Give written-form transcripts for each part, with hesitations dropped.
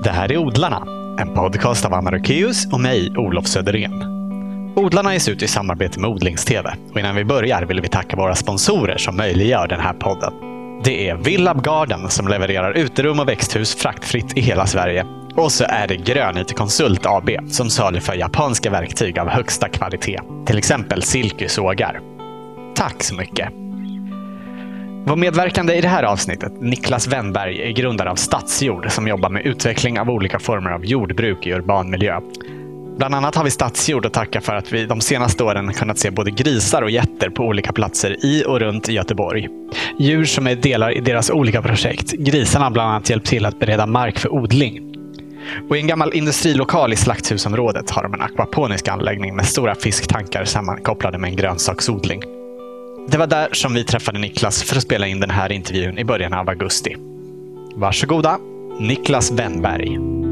Det här är Odlarna, en podcast av Anna Rökeus och mig, Olof Söderén. Odlarna ges ut i samarbete med Odlingstv och innan vi börjar vill vi tacka våra sponsorer som möjliggör den här podden. Det är Villab Garden som levererar uterum och växthus fraktfritt i hela Sverige. Och så är det Grön IT Konsult AB som saluför japanska verktyg av högsta kvalitet. Till exempel silkesågar. Tack så mycket! Vår medverkande i det här avsnittet, Niklas Wennberg, är grundare av Stadsjord som jobbar med utveckling av olika former av jordbruk i urban miljö. Bland annat har vi Stadsjord att tacka för att vi de senaste åren kunnat se både grisar och getter på olika platser i och runt Göteborg. Djur som är delar i deras olika projekt. Grisarna har bland annat hjälpt till att bereda mark för odling. Och i en gammal industrilokal i Slakthusområdet har de en akvaponisk anläggning med stora fisktankar sammankopplade med en grönsaksodling. Det var där som vi träffade Niklas för att spela in den här intervjun i början av augusti. Varsågoda, Niklas Wennberg.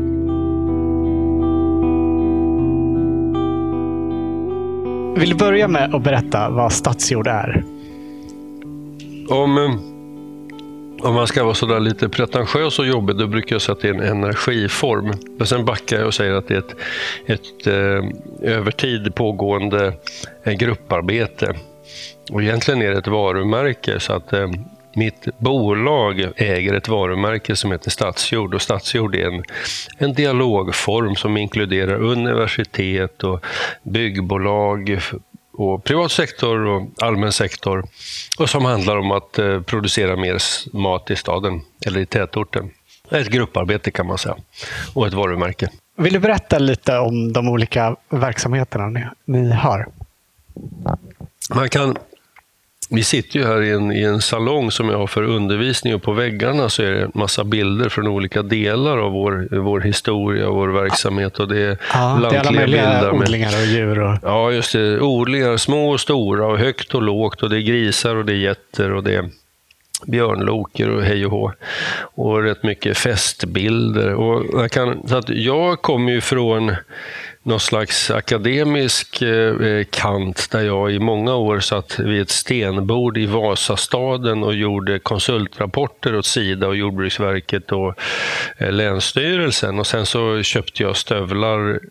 Vill du börja med att berätta vad Stadsjord är? Om man ska vara sådär lite pretentiös och jobbig, då brukar jag säga att det är en energiform. Men sen backar jag och säger att det är ett över tid pågående grupparbete. Och egentligen är det ett varumärke, så att mitt bolag äger ett varumärke som heter Stadsjord. Och Stadsjord är en dialogform som inkluderar universitet och byggbolag och privat sektor och allmän sektor. Och som handlar om att producera mer mat i staden eller i tätorten. Ett grupparbete kan man säga. Och ett varumärke. Vill du berätta lite om de olika verksamheterna ni har? Vi sitter ju här i en salong som jag har för undervisning, och på väggarna så är det en massa bilder från olika delar av vår historia och vår verksamhet. Och det är lantliga bilder med odlingar och djur. Ja, just det. Odlingar, små och stora och högt och lågt, och det är grisar och det är getter och det är björnloker och hej och hå. Och rätt mycket festbilder. Så att jag kommer ju från någon slags akademisk kant där jag i många år satt vid ett stenbord i Vasastaden och gjorde konsultrapporter åt Sida och Jordbruksverket och Länsstyrelsen. Och sen så köpte jag stövlar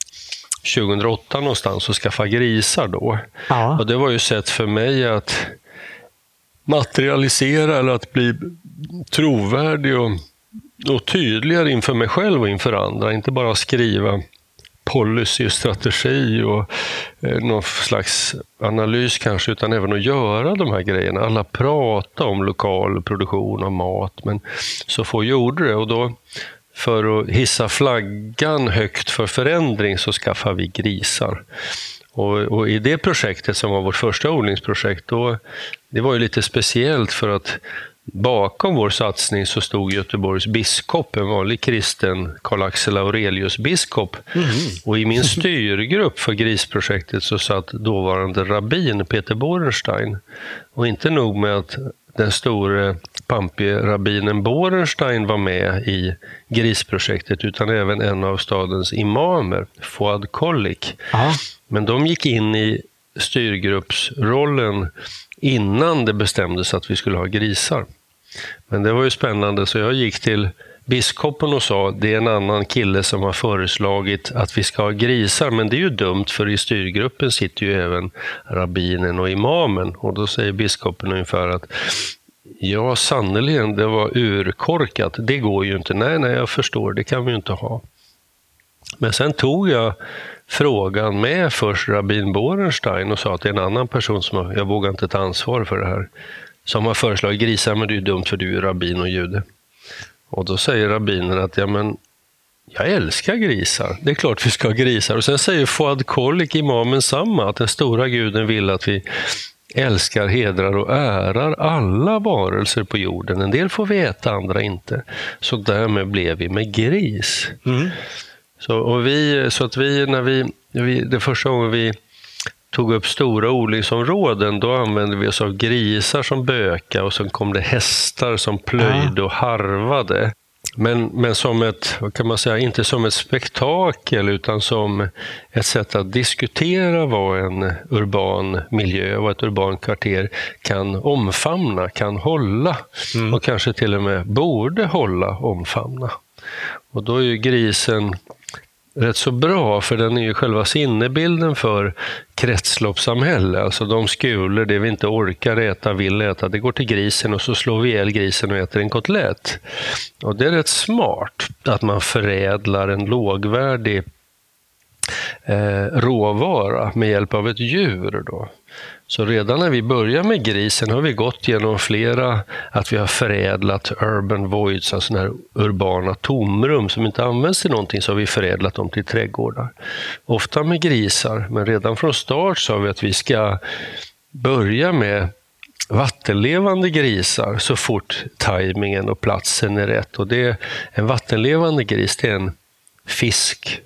2008 någonstans och skaffa grisar då. Ja. Och det var ju sätt för mig att materialisera eller att bli trovärdig och tydligare inför mig själv och inför andra. Inte bara skriva policy och strategi och någon slags analys kanske, utan även att göra de här grejerna. Alla pratar om lokal produktion av mat, men så få gjorde det. Och då, för att hissa flaggan högt för förändring, så skaffar vi grisar. Och i det projektet som var vårt första odlingsprojekt, det var ju lite speciellt för att bakom vår satsning så stod Göteborgs biskop, en vanlig kristen Karl-Axel Aurelius biskop. Och i min styrgrupp för grisprojektet så satt dåvarande rabbin Peter Borenstein. Och inte nog med att den store pampige rabbinen Borenstein var med i grisprojektet, utan även en av stadens imamer, Fuad Kollik. Men de gick in i styrgruppsrollen innan det bestämdes att vi skulle ha grisar. Men det var ju spännande, så jag gick till biskopen och sa: det är en annan kille som har föreslagit att vi ska ha grisar, men det är ju dumt, för i styrgruppen sitter ju även rabbinen och imamen. Och då säger biskopen ungefär att ja, sannoliken, det var urkorkat. Det går ju inte. Nej, jag förstår. Det kan vi ju inte ha. Men sen tog jag frågan med först rabbin Borenstein och sa att det är en annan person som jag vågar inte ta ansvar för det här, som har föreslagit grisar, men det är ju dumt för du är rabbin och jude. Och då säger rabbinen att jag älskar grisar. Det är klart vi ska ha grisar. Och sen säger Fuad Kollik, imamen, samma, att den stora guden vill att vi älskar, hedrar och ärar alla varelser på jorden. En del får vi äta, andra inte. Så därmed blev vi med gris. Det första gången vi tog upp stora odlingsområden, då använde vi oss av grisar som böka, och sen kom det hästar som plöjde och harvade. Men som ett, vad kan man säga, inte som ett spektakel, utan som ett sätt att diskutera vad en urban miljö och ett urban kvarter kan omfamna, kan hålla och kanske till och med borde hålla, omfamna. Och då är ju grisen rätt så bra, för den är ju själva sinnebilden för kretsloppssamhälle. Alltså de skulor, det vi inte orkar äta, vill äta, det går till grisen och så slår vi ihjäl grisen och äter en kotlett. Och det är rätt smart att man förädlar en lågvärdig råvara med hjälp av ett djur då. Så redan när vi börjar med grisen har vi gått genom att vi har förädlat urban voids, alltså sådana här urbana tomrum som inte används till någonting, så har vi förädlat dem till trädgårdar. Ofta med grisar, men redan från start sa vi att vi ska börja med vattenlevande grisar så fort tajmingen och platsen är rätt. Och en vattenlevande gris, det är en fisk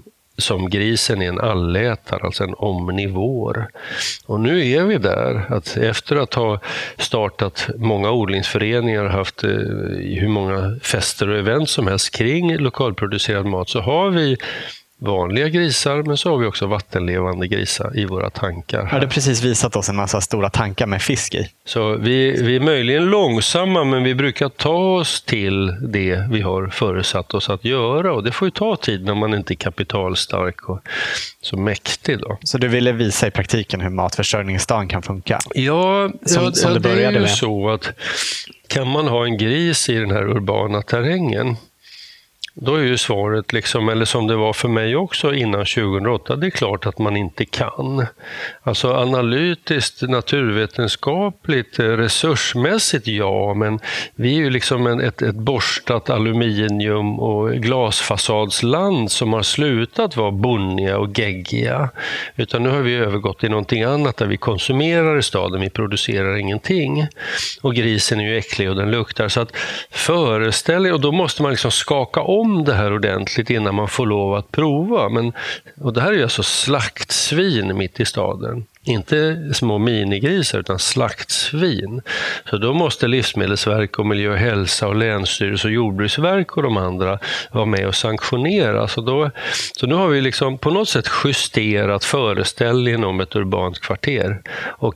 som grisen är en allätare, alltså en omnivor. Och nu är vi där, att efter att ha startat många odlingsföreningar och haft hur många fester och event som helst kring lokalproducerad mat, så har vi vanliga grisar, men så har vi också vattenlevande grisar i våra tankar. Jag hade precis visat oss en massa stora tankar med fisk i. Så vi är möjligen långsamma, men vi brukar ta oss till det vi har föresatt oss att göra. Och det får ju ta tid när man inte är kapitalstark och så mäktig då. Så du ville visa i praktiken hur matförsörjningsdagen kan funka? Ja, som det är ju så att kan man ha en gris i den här urbana terrängen, då är ju svaret, liksom, eller som det var för mig också innan 2008, det är klart att man inte kan. Alltså analytiskt, naturvetenskapligt, resursmässigt ja, men vi är ju liksom ett borstat aluminium- och glasfasadsland som har slutat vara bonniga och geggiga. Utan nu har vi övergått till någonting annat där vi konsumerar i staden, vi producerar ingenting. Och grisen är ju äcklig och den luktar. Så att föreställning, och då måste man liksom skaka om det här ordentligt innan man får lov att prova. Och det här är ju alltså slaktsvin mitt i staden. Inte små minigrisar utan slaktsvin. Så då måste Livsmedelsverk och Miljö och hälsa och Länsstyrelse och Jordbruksverk och de andra vara med och sanktionera. Så nu har vi liksom på något sätt justerat föreställningen om ett urbant kvarter. Och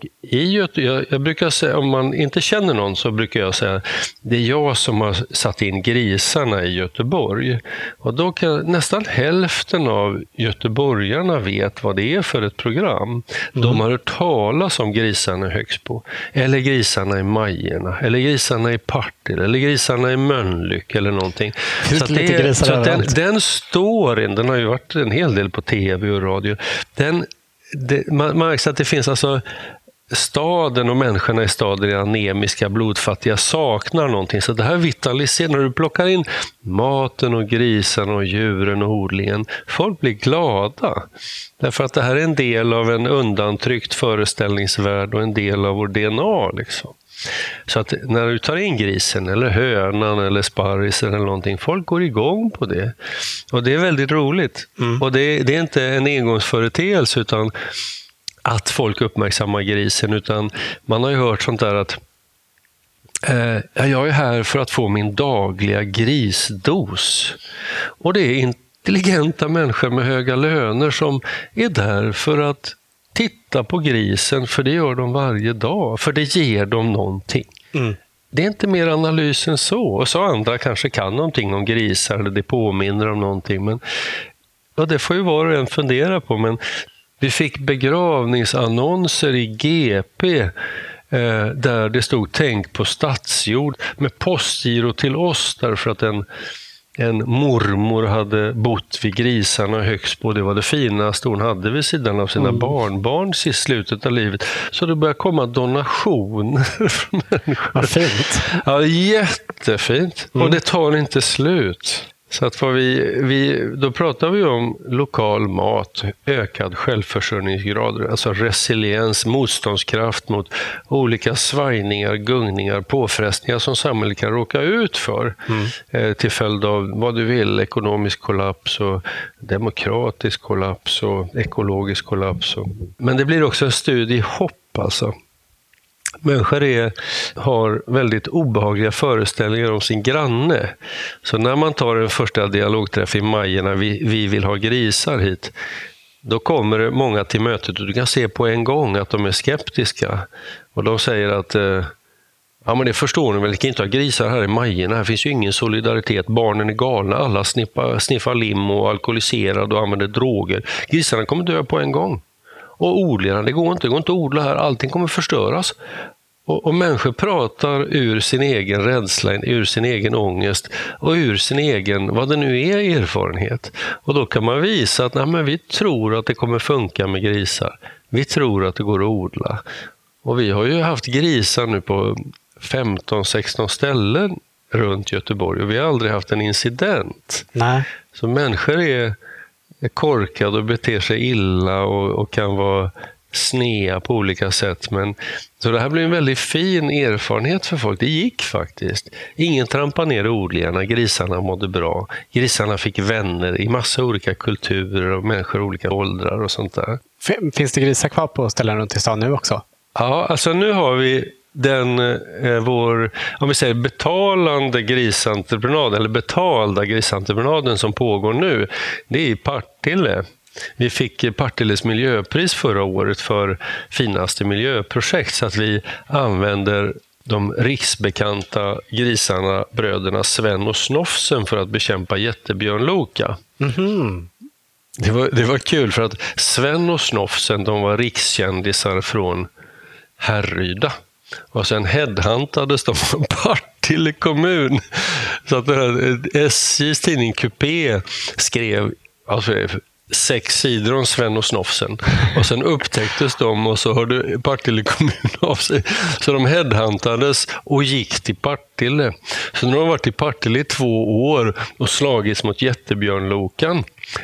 jag brukar säga, om man inte känner någon så brukar jag säga det är jag som har satt in grisarna i Göteborg. Och då kan nästan hälften av göteborgarna vet vad det är för ett program. De har hört talas om grisarna i Högsbo, eller grisarna i Majerna, eller grisarna i Partille, eller grisarna i Mölnlyck eller någonting. Så att den storyn, den har ju varit en hel del på tv och radio. Man märker att det finns alltså staden och människorna i staden är anemiska, blodfattiga, saknar någonting. Så det här vitaliserar, när du plockar in maten och grisen och djuren och odlingen, folk blir glada. Därför att det här är en del av en undantryckt föreställningsvärld och en del av vår DNA liksom. Så att när du tar in grisen eller hönan eller sparrisen eller någonting, folk går igång på det. Och det är väldigt roligt. Och det är inte en engångsföreteelse utan att folk uppmärksammar grisen, utan man har ju hört sånt där att jag är här för att få min dagliga grisdos. Och det är intelligenta människor med höga löner som är där för att titta på grisen, för det gör de varje dag, för det ger dem någonting. Det är inte mer analys än så. Och så andra kanske kan någonting om grisar eller det påminner om någonting, men ja, det får ju var och en fundera på. Men vi fick begravningsannonser i GP där det stod tänk på stadsjord med postgiro till oss, därför att en mormor hade bott vid grisarna i Högsbo. Det var det finaste hon hade vid sidan av sina barnbarn i slutet av livet. Så det började komma donationer från människor. Vad fint. Ja, jättefint. Och det tar inte slut. Så att då pratar vi om lokal mat, ökad självförsörjningsgrad, alltså resiliens, motståndskraft mot olika svajningar, gungningar, påfrestningar som samhället kan råka ut för till följd av vad du vill, ekonomisk kollaps och demokratisk kollaps och ekologisk kollaps. Men det blir också en studie i hopp alltså. Människor har väldigt obehagliga föreställningar om sin granne. Så när man tar en första dialogträff i Majerna, vi vill ha grisar hit, då kommer det många till mötet och du kan se på en gång att de är skeptiska. Och de säger att Ja, men det förstår ni väl, det kan inte ha grisar här i Majorna. Här finns ju ingen solidaritet. Barnen är galna, alla sniffar lim och alkoholiserade och använder droger. Grisarna kommer dö på en gång. Och odlingarna, det går inte att odla här. Allting kommer förstöras. Och människor pratar ur sin egen rädsla, ur sin egen ångest och ur sin egen, vad det nu är, erfarenhet. Och då kan man visa att men vi tror att det kommer funka med grisar. Vi tror att det går att odla. Och vi har ju haft grisar nu på 15-16 ställen runt Göteborg och vi har aldrig haft en incident. Nej. Så människor är korkade och beter sig illa och kan vara snea på olika sätt. Så det här blev en väldigt fin erfarenhet för folk. Det gick faktiskt. Ingen trampade ner odlingarna. Grisarna mådde bra. Grisarna fick vänner i massa olika kulturer och människor i olika åldrar och sånt där. Finns det grisar kvar på ställen runt i stan nu också? Ja, alltså nu har vi vår, om vi säger betalande grisentreprenad eller betalda grisentreprenaden som pågår nu, det är i Partille. Vi fick Partilles miljöpris förra året för finaste miljöprojekt, så att vi använder de riksbekanta grisarna, bröderna Sven och Snofsen, för att bekämpa jättebjörnloka. Mm-hmm. Det var kul för att Sven och Snofsen, de var rikskändisar från Härryda. Och sen headhuntades de från Partille kommun. Så att SJs tidning Coupé skrev 6 sidor om Sven och Snofsen. Och sen upptäcktes de och så hörde Partille kommun av sig. Så de headhuntades och gick till Partille. Så nu har de varit i Partille i 2 år och slagits mot jättebjörnlokan.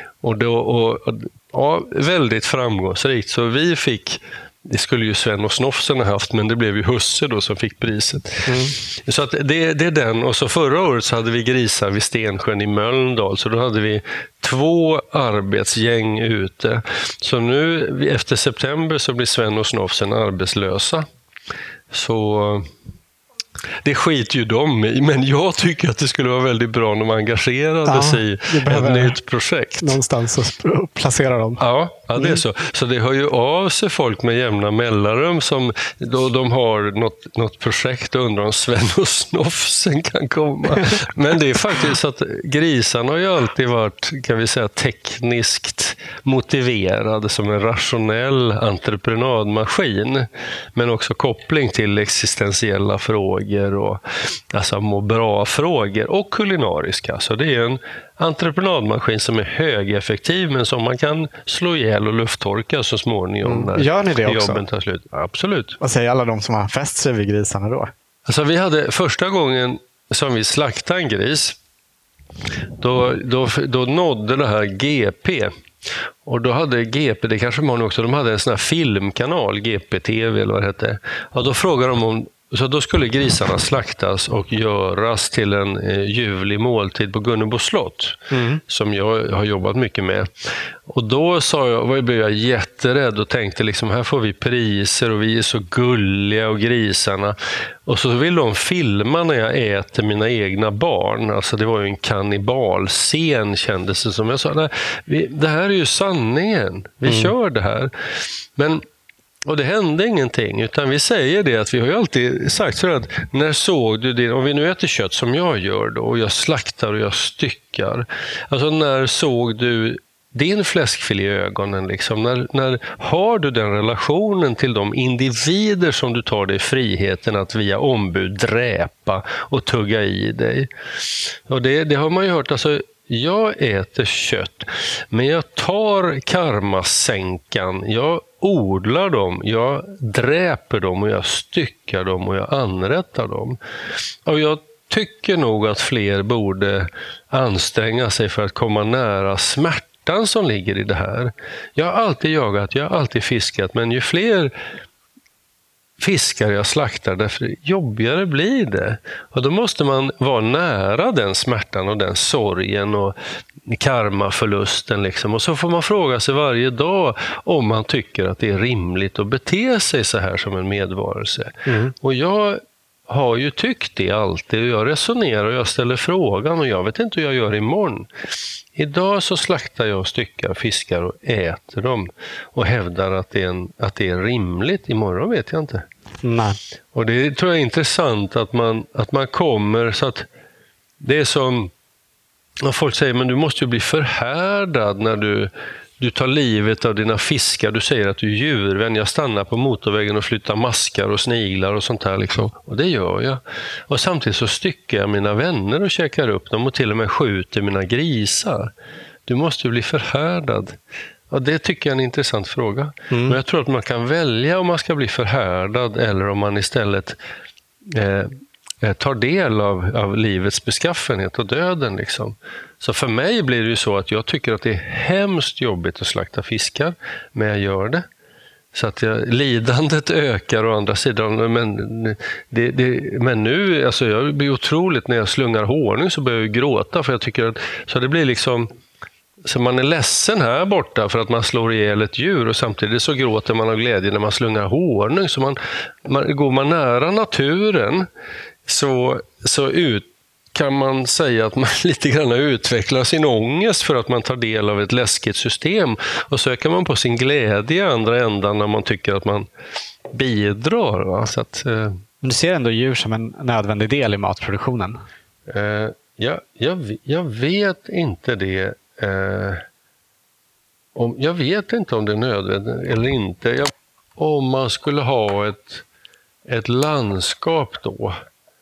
Ja, väldigt framgångsrikt. Så vi fick, det skulle ju Sven och Snofsen ha haft, men det blev ju Husse då som fick priset. Så att det är den. Och så förra året så hade vi grisar vid Stensjön i Mölndal, så då hade vi 2 arbetsgäng ute. Så nu efter september så blir Sven och Snofsen arbetslösa. Så det skiter ju de i, men jag tycker att det skulle vara väldigt bra om de engagerade sig i ett nytt projekt. Någonstans att placera dem. Ja, det är så. Så det hör ju av sig folk med jämna mellanrum som då de har något projekt och undrar om Sven och Snofsen kan komma. Men det är faktiskt så att grisarna har ju alltid varit, kan vi säga, tekniskt motiverade som en rationell entreprenadmaskin, men också koppling till existentiella frågor och alltså må bra-frågor och kulinariska. Så det är en entreprenadmaskin som är högeffektiv, men som man kan slå ihjäl och lufttorka så småningom när Gör ni det också? Jobben tar slut. Absolut. Vad säger alla de som har fäst sig vid grisarna då? Alltså vi hade första gången som vi slaktade en gris, då nådde det här GP. Och då hade GP, det kanske man också, de hade en sån här filmkanal, GP-TV eller vad det hette. Och då frågade de om, så då skulle grisarna slaktas och göras till en ljuvlig måltid på Gunnebo slott, som jag har jobbat mycket med. Och då blev jag jätterädd och tänkte liksom, här får vi priser och vi är så gulliga och grisarna. Och så vill de filma när jag äter mina egna barn. Alltså det var ju en kannibalscen, kändes det som. Jag sa, nej, det här är ju sanningen. Vi kör det här. Och det hände ingenting, utan vi säger det att vi har ju alltid sagt så att när såg du det, om vi nu äter kött som jag gör då och jag slaktar och jag styckar, alltså när såg du din fläskfilé i ögonen liksom, när har du den relationen till de individer som du tar dig friheten att via ombud dräpa och tugga i dig? Och det har man ju hört, alltså jag äter kött, men jag tar karmasänkan, jag odlar dem, jag dräper dem och jag styckar dem och jag anrättar dem. Och jag tycker nog att fler borde anstränga sig för att komma nära smärtan som ligger i det här. Jag har alltid jagat, jag har alltid fiskat, men ju fler fiskar jag slaktar, därför jobbigare blir det. Och då måste man vara nära den smärtan och den sorgen och karmaförlusten liksom. Och så får man fråga sig varje dag om man tycker att det är rimligt att bete sig så här som en medvarelse. Och jag har ju tyckt det alltid. Jag resonerar och jag ställer frågan och jag vet inte hur jag gör imorgon. Idag så slaktar jag och styckar fiskar och äter dem och hävdar att det är rimligt. Imorgon vet jag inte. Nej. Och det tror jag är intressant att man kommer så att det är som folk säger, men du måste ju bli förhärdad när du tar livet av dina fiskar. Du säger att du är djurvän. Jag stannar på motorvägen och flyttar maskar och sniglar och sånt här. Liksom. Och det gör jag. Och samtidigt så styckar jag mina vänner och käkar upp dem och till och med skjuter mina grisar. Du måste ju bli förhärdad. Och det tycker jag är en intressant fråga. Men jag tror att man kan välja om man ska bli förhärdad eller om man istället tar del av livets beskaffenhet och döden. Liksom. Så för mig blir det ju så att jag tycker att det är hemskt jobbigt att slakta fiskar, men jag gör det. Så att lidandet ökar å andra sidan. Men nu, alltså jag blir otroligt, när jag slungar honung så börjar jag gråta, för jag tycker att så det blir liksom, så man är ledsen här borta för att man slår ihjäl ett djur och samtidigt så gråter man av glädje när man slungar honung. Så går man nära naturen så kan man säga att man lite grann utvecklar sin ångest för att man tar del av ett läskigt system, och söker man på sin glädje i andra ändan när man tycker att man bidrar. Va? Så att, men du ser ändå djur som en nödvändig del i matproduktionen? Jag vet inte det. Jag vet inte om det är nödvändigt eller inte. Om man skulle ha ett landskap då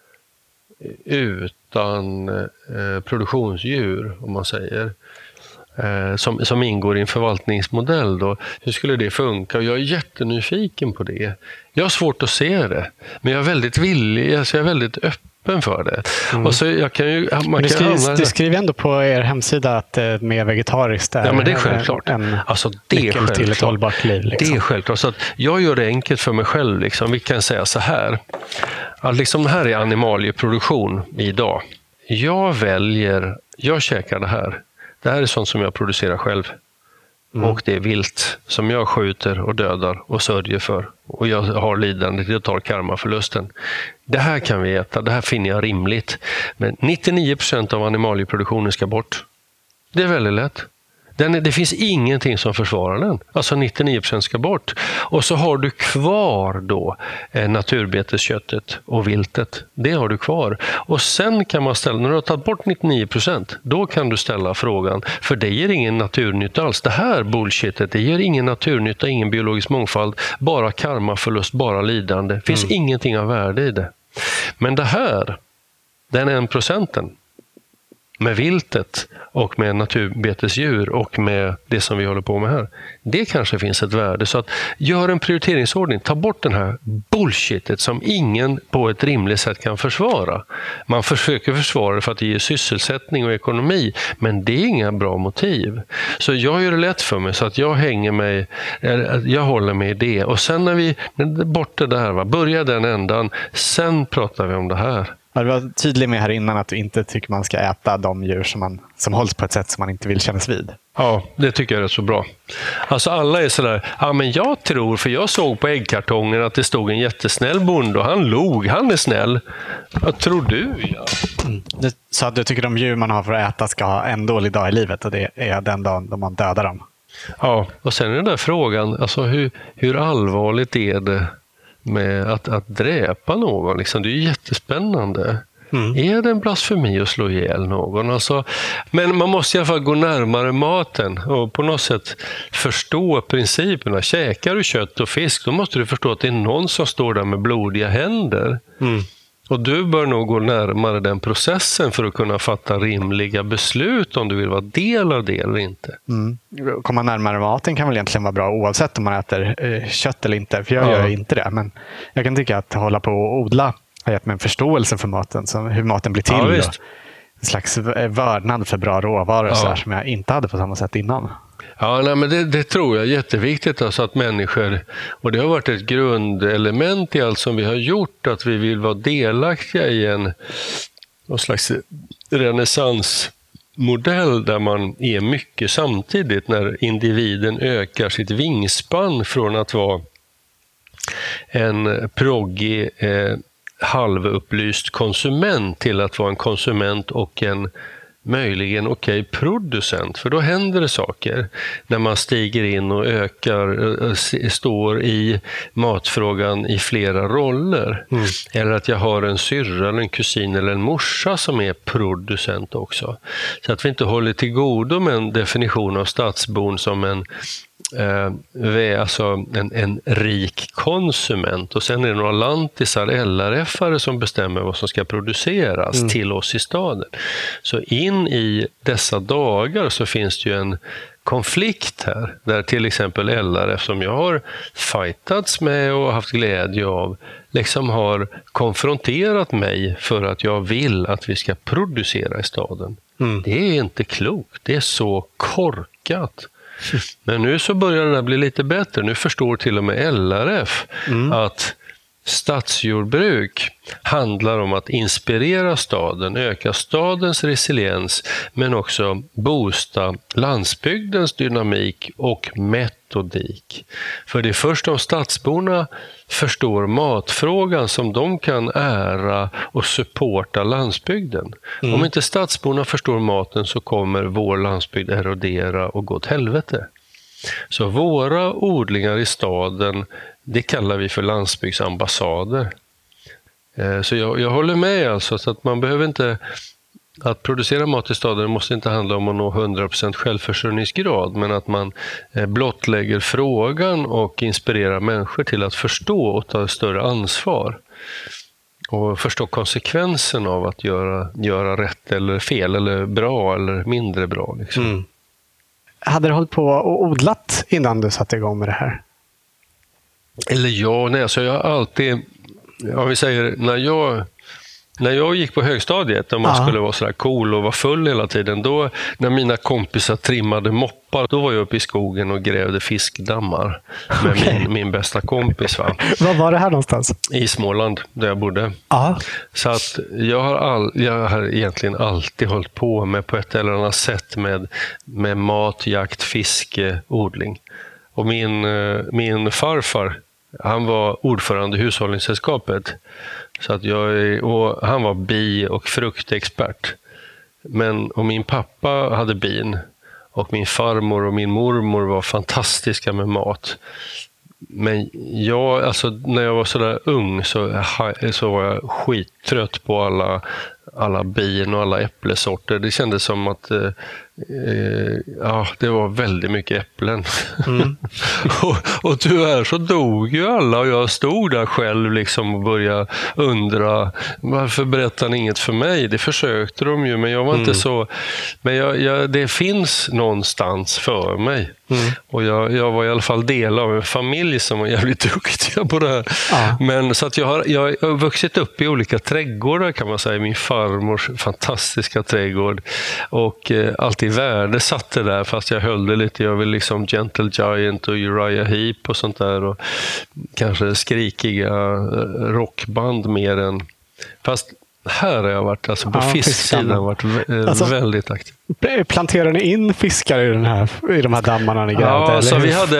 utan produktionsdjur, om man säger, som ingår i en förvaltningsmodell då, hur skulle det funka? Jag är jättenyfiken på det. Jag har svårt att se det, men jag är väldigt villig, alltså jag är väldigt öppen för det. Och så jag kan ju, du skriver ändå på er hemsida att mer vegetariskt är, men det är självklart. Alltså det är självklart till ett hållbart liv. Liksom. Det är självklart. Så att jag gör det enkelt för mig själv. Liksom. Vi kan säga så här. Att liksom, det här är animalieproduktion idag. Jag käkar det här. Det här är sånt som jag producerar själv. Och det är vilt som jag skjuter och dödar och sörjer för. Och jag har lidandet, jag tar karmaförlusten. Det här kan vi äta, det här finner jag rimligt. Men 99% av animalieproduktionen ska bort. Det är väldigt lätt. Det finns ingenting som försvarar den. Alltså 99% ska bort. Och så har du kvar då naturbetesköttet och viltet. Det har du kvar. Och sen kan man ställa, när du har tagit bort 99%, då kan du ställa frågan, för det ger ingen naturnytta alls. Det här bullshitet, det ger ingen naturnytta, ingen biologisk mångfald, bara karmaförlust, bara lidande. Det finns ingenting av värde i det. Men det här, den 1%, med viltet och med naturbetesdjur och med det som vi håller på med här. Det kanske finns ett värde. Så att gör en prioriteringsordning. Ta bort den här bullshitet som ingen på ett rimligt sätt kan försvara. Man försöker försvara det för att det ger sysselsättning och ekonomi. Men det är inga bra motiv. Så jag gör det lätt för mig så att jag håller mig i det. Och sen när vi bort det där, börjar den ändan, sen pratar vi om det här. Ja, du var tydlig med här innan att du inte tycker man ska äta de djur som hålls på ett sätt som man inte vill kännas vid. Ja, det tycker jag är så bra. Alltså alla är sådär, men jag tror, för jag såg på äggkartongen att det stod en jättesnäll bonde och han log, han är snäll. Vad tror du? Ja. Så att du tycker de djur man har för att äta ska ha en dålig dag i livet, och det är den dagen då man dödar dem? Ja, och sen är den där frågan, alltså hur allvarligt är det med att dräpa någon? Liksom, det är ju jättespännande. Är det en blasfemi att slå ihjäl någon? Alltså, men man måste i alla fall gå närmare maten och på något sätt förstå principerna. Käkar du kött och fisk, då måste du förstå att det är någon som står där med blodiga händer. Och du bör nog gå närmare den processen för att kunna fatta rimliga beslut om du vill vara del av det eller inte. Komma närmare maten kan väl egentligen vara bra oavsett om man äter kött eller inte. För jag gör inte det. Men jag kan tycka att hålla på och odla har gett mig en förståelse för maten. Hur maten blir till. Ja, en slags vördnad för bra råvaror så här, som jag inte hade på samma sätt innan. Ja, nej, men det tror jag är jätteviktigt, alltså att människor, och det har varit ett grundelement i allt som vi har gjort, att vi vill vara delaktiga i någon slags renässansmodell där man är mycket samtidigt, när individen ökar sitt vingspann från att vara en proggig halvupplyst konsument till att vara en konsument och en möjligen okej producent, för då händer det saker när man stiger in och står i matfrågan i flera roller. Eller att jag har en syrra eller en kusin eller en morsa som är producent också. Så att vi inte håller till godo med en definition av stadsbon som en rik konsument, och sen är det några lantisar, LRF-are som bestämmer vad som ska produceras till oss i staden. Så in i dessa dagar så finns det ju en konflikt här, där till exempel LRF, som jag har fightats med och haft glädje av, liksom har konfronterat mig för att jag vill att vi ska producera i staden. Det är inte klokt, det är så korkat. Men nu så börjar det bli lite bättre. Nu förstår till och med LRF att stadsjordbruk handlar om att inspirera staden, öka stadens resiliens, men också boosta landsbygdens dynamik och metodik. För det är först om stadsborna förstår matfrågan som de kan ära och supporta landsbygden. Om inte stadsborna förstår maten så kommer vår landsbygd erodera och gå åt helvete. Så våra odlingar i staden, det kallar vi för landsbygdsambassader. Så jag håller med alltså, så att man behöver inte, att producera mat i staden måste inte handla om att nå 100% självförsörjningsgrad, men att man blottlägger frågan och inspirerar människor till att förstå och ta större ansvar. Och förstå konsekvensen av att göra rätt eller fel, eller bra eller mindre bra. Liksom. Hade du hållit på och odlat innan du satte igång med det här? Eller så jag har alltid, om vi säger, när jag gick på högstadiet och man skulle vara sådär cool och vara full hela tiden, då när mina kompisar trimmade moppar, då var jag uppe i skogen och grävde fiskdammar med min bästa kompis. Va? Var var det här någonstans? I Småland, där jag bodde. Så att jag har egentligen alltid hållit på med på ett eller annat sätt med mat, jakt, fiske, odling. Och min farfar, han var ordförande i hushållningssällskapet. Så att och han var bi- och fruktexpert. Och min pappa hade bin. Och min farmor och min mormor var fantastiska med mat. Men när jag var så där ung så var jag skittrött på alla bin och alla äpplesorter. Det kändes som att det var väldigt mycket äpplen. och tyvärr så dog ju alla, och jag stod där själv liksom och började undra, varför berättar ni inget för mig? Det försökte de ju, men jag var inte så. Men det finns någonstans för mig. Och jag var i alla fall del av en familj som var jävligt duktiga på det här. Men så att jag har vuxit upp i olika trädgårdar, kan man säga. Min farmors fantastiska trädgård. Och alltid värdesatte där, fast jag höll det lite. Jag vill liksom Gentle Giant och Uriah Heep och sånt där. Och kanske skrikiga rockband mer än. Fast här har jag varit, alltså på fisksidan, varit väldigt aktiv. Planterar ni in fiskar i de här dammarna ni grävde? Ja, alltså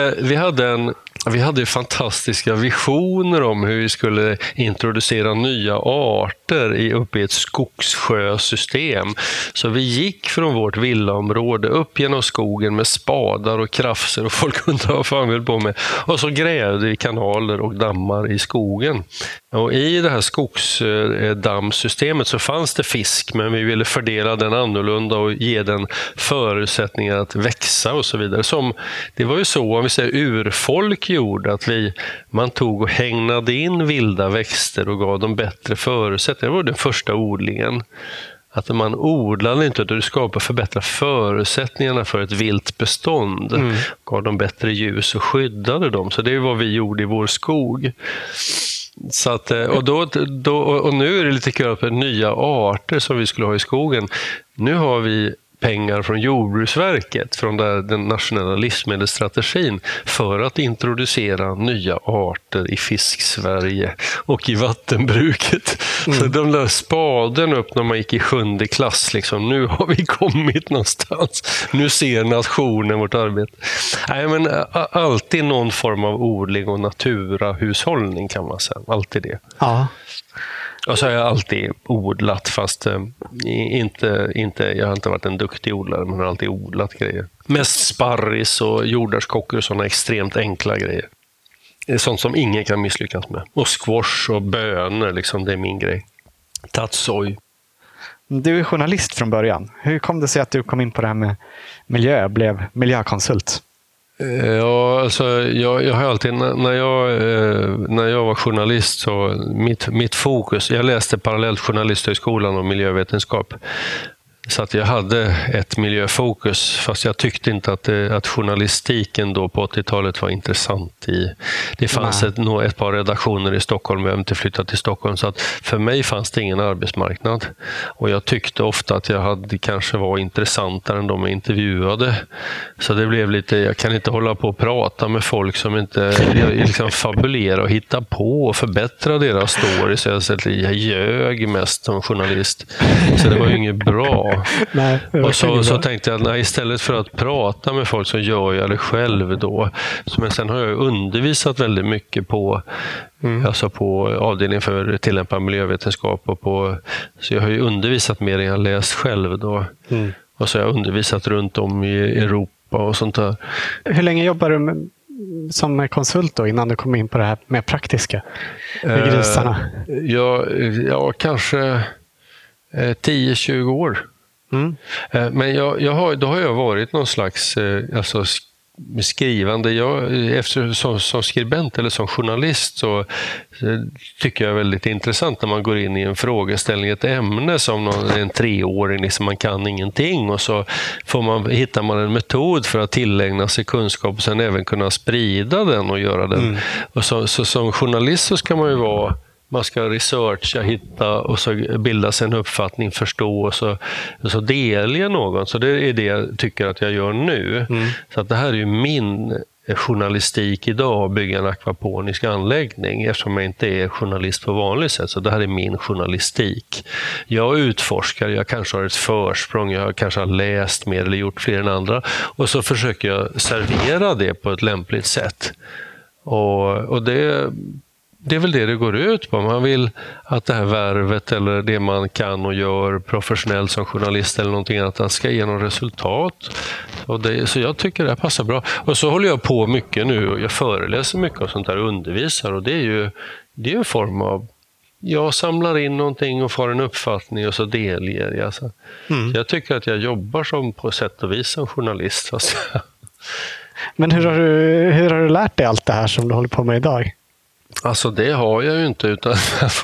vi hade fantastiska visioner om hur vi skulle introducera nya arter uppe i ett skogssjösystem. Så vi gick från vårt villaområde upp genom skogen med spadar och krafser, och folk undrade vad fan vi höll på med. Och så grävde vi kanaler och dammar i skogen. Och i det här skogsdammsystemet så fanns det fisk, men vi ville fördela den annorlunda och ge den förutsättningar att växa och så vidare. Det var ju så, om vi säger urfolk gjorde, att man tog och hägnade in vilda växter och gav dem bättre förutsättningar. Det var den första odlingen. Att man odlade inte, utan du skapar förbättra förutsättningarna för ett vilt bestånd. Gav dem bättre ljus och skyddade dem. Så det är vad vi gjorde i vår skog. Så att, och nu är det lite kul på nya arter som vi skulle ha i skogen. Nu har vi pengar från Jordbruksverket, från den nationella livsmedelsstrategin, för att introducera nya arter i Fisk-Sverige och i vattenbruket. Så de där spaden upp när man gick i 7:e klass, liksom, nu har vi kommit någonstans. Nu ser nationen vårt arbete. Nej, men alltid någon form av odling och naturahushållning, kan man säga. Alltid det. Ja. Och så har jag alltid odlat, fast jag har inte varit en duktig odlare, men har alltid odlat grejer. Mest sparris och jordärtskockor och sådana extremt enkla grejer. Det är sånt som ingen kan misslyckas med. Och squash och bönor, liksom, det är min grej. Tatsoj. Du är journalist från början. Hur kom det sig att du kom in på det här med miljö, blev miljökonsult? Ja, alltså jag har alltid, när jag var journalist, så mitt fokus, jag läste parallellt journalisthögskolan och miljövetenskap. Så att jag hade ett miljöfokus, fast jag tyckte inte att journalistiken då på 80-talet var intressant. Det fanns ett par redaktioner i Stockholm, jag inte flyttat till Stockholm, så att för mig fanns det ingen arbetsmarknad. Och jag tyckte ofta att jag kanske var intressantare än de jag intervjuade. Så det blev lite, jag kan inte hålla på och prata med folk som inte liksom fabulera och hitta på och förbättra deras stories. Jag ljög mest som journalist. Så det var ju inget bra. Nej, och så tänkte jag att istället för att prata med folk så gör jag det själv då. Men sen har jag undervisat väldigt mycket på avdelningen för tillämpad miljövetenskap. Så jag har ju undervisat mer än jag läst själv då. Och så har jag undervisat runt om i Europa och sånt där. Hur länge jobbar du som konsult då, innan du kom in på det här mer praktiska med grisarna? Ja, kanske 10-20 år. Men då har jag varit någon slags skrivande. Som skribent eller som journalist så tycker jag är väldigt intressant när man går in i en frågeställning, ett ämne som en 3-åring, liksom man kan ingenting, och så hittar man en metod för att tillägna sig kunskap och sen även kunna sprida den och göra den. Och så som journalist så ska man ju man ska researcha, hitta och så bilda sig en uppfattning, förstå och så delge någon. Så det är det jag tycker att jag gör nu. Så att det här är ju min journalistik idag, att bygga en akvaponisk anläggning, eftersom jag inte är journalist på vanligt sätt. Så det här är min journalistik. Jag utforskar, jag kanske har ett försprång, jag kanske har läst mer eller gjort fler än andra. Och så försöker jag servera det på ett lämpligt sätt. Och det är väl det går ut på. Man vill att det här värvet eller det man kan och gör professionellt som journalist eller någonting annat ska ge något resultat. Så jag tycker det passar bra. Och så håller jag på mycket nu och jag föreläser mycket och sånt där och undervisar. Och det är en form av, jag samlar in någonting och får en uppfattning och så delger jag. Så jag tycker att jag jobbar som på sätt och vis som journalist. Men hur har du lärt dig allt det här som du håller på med idag? Alltså det har jag ju inte, utan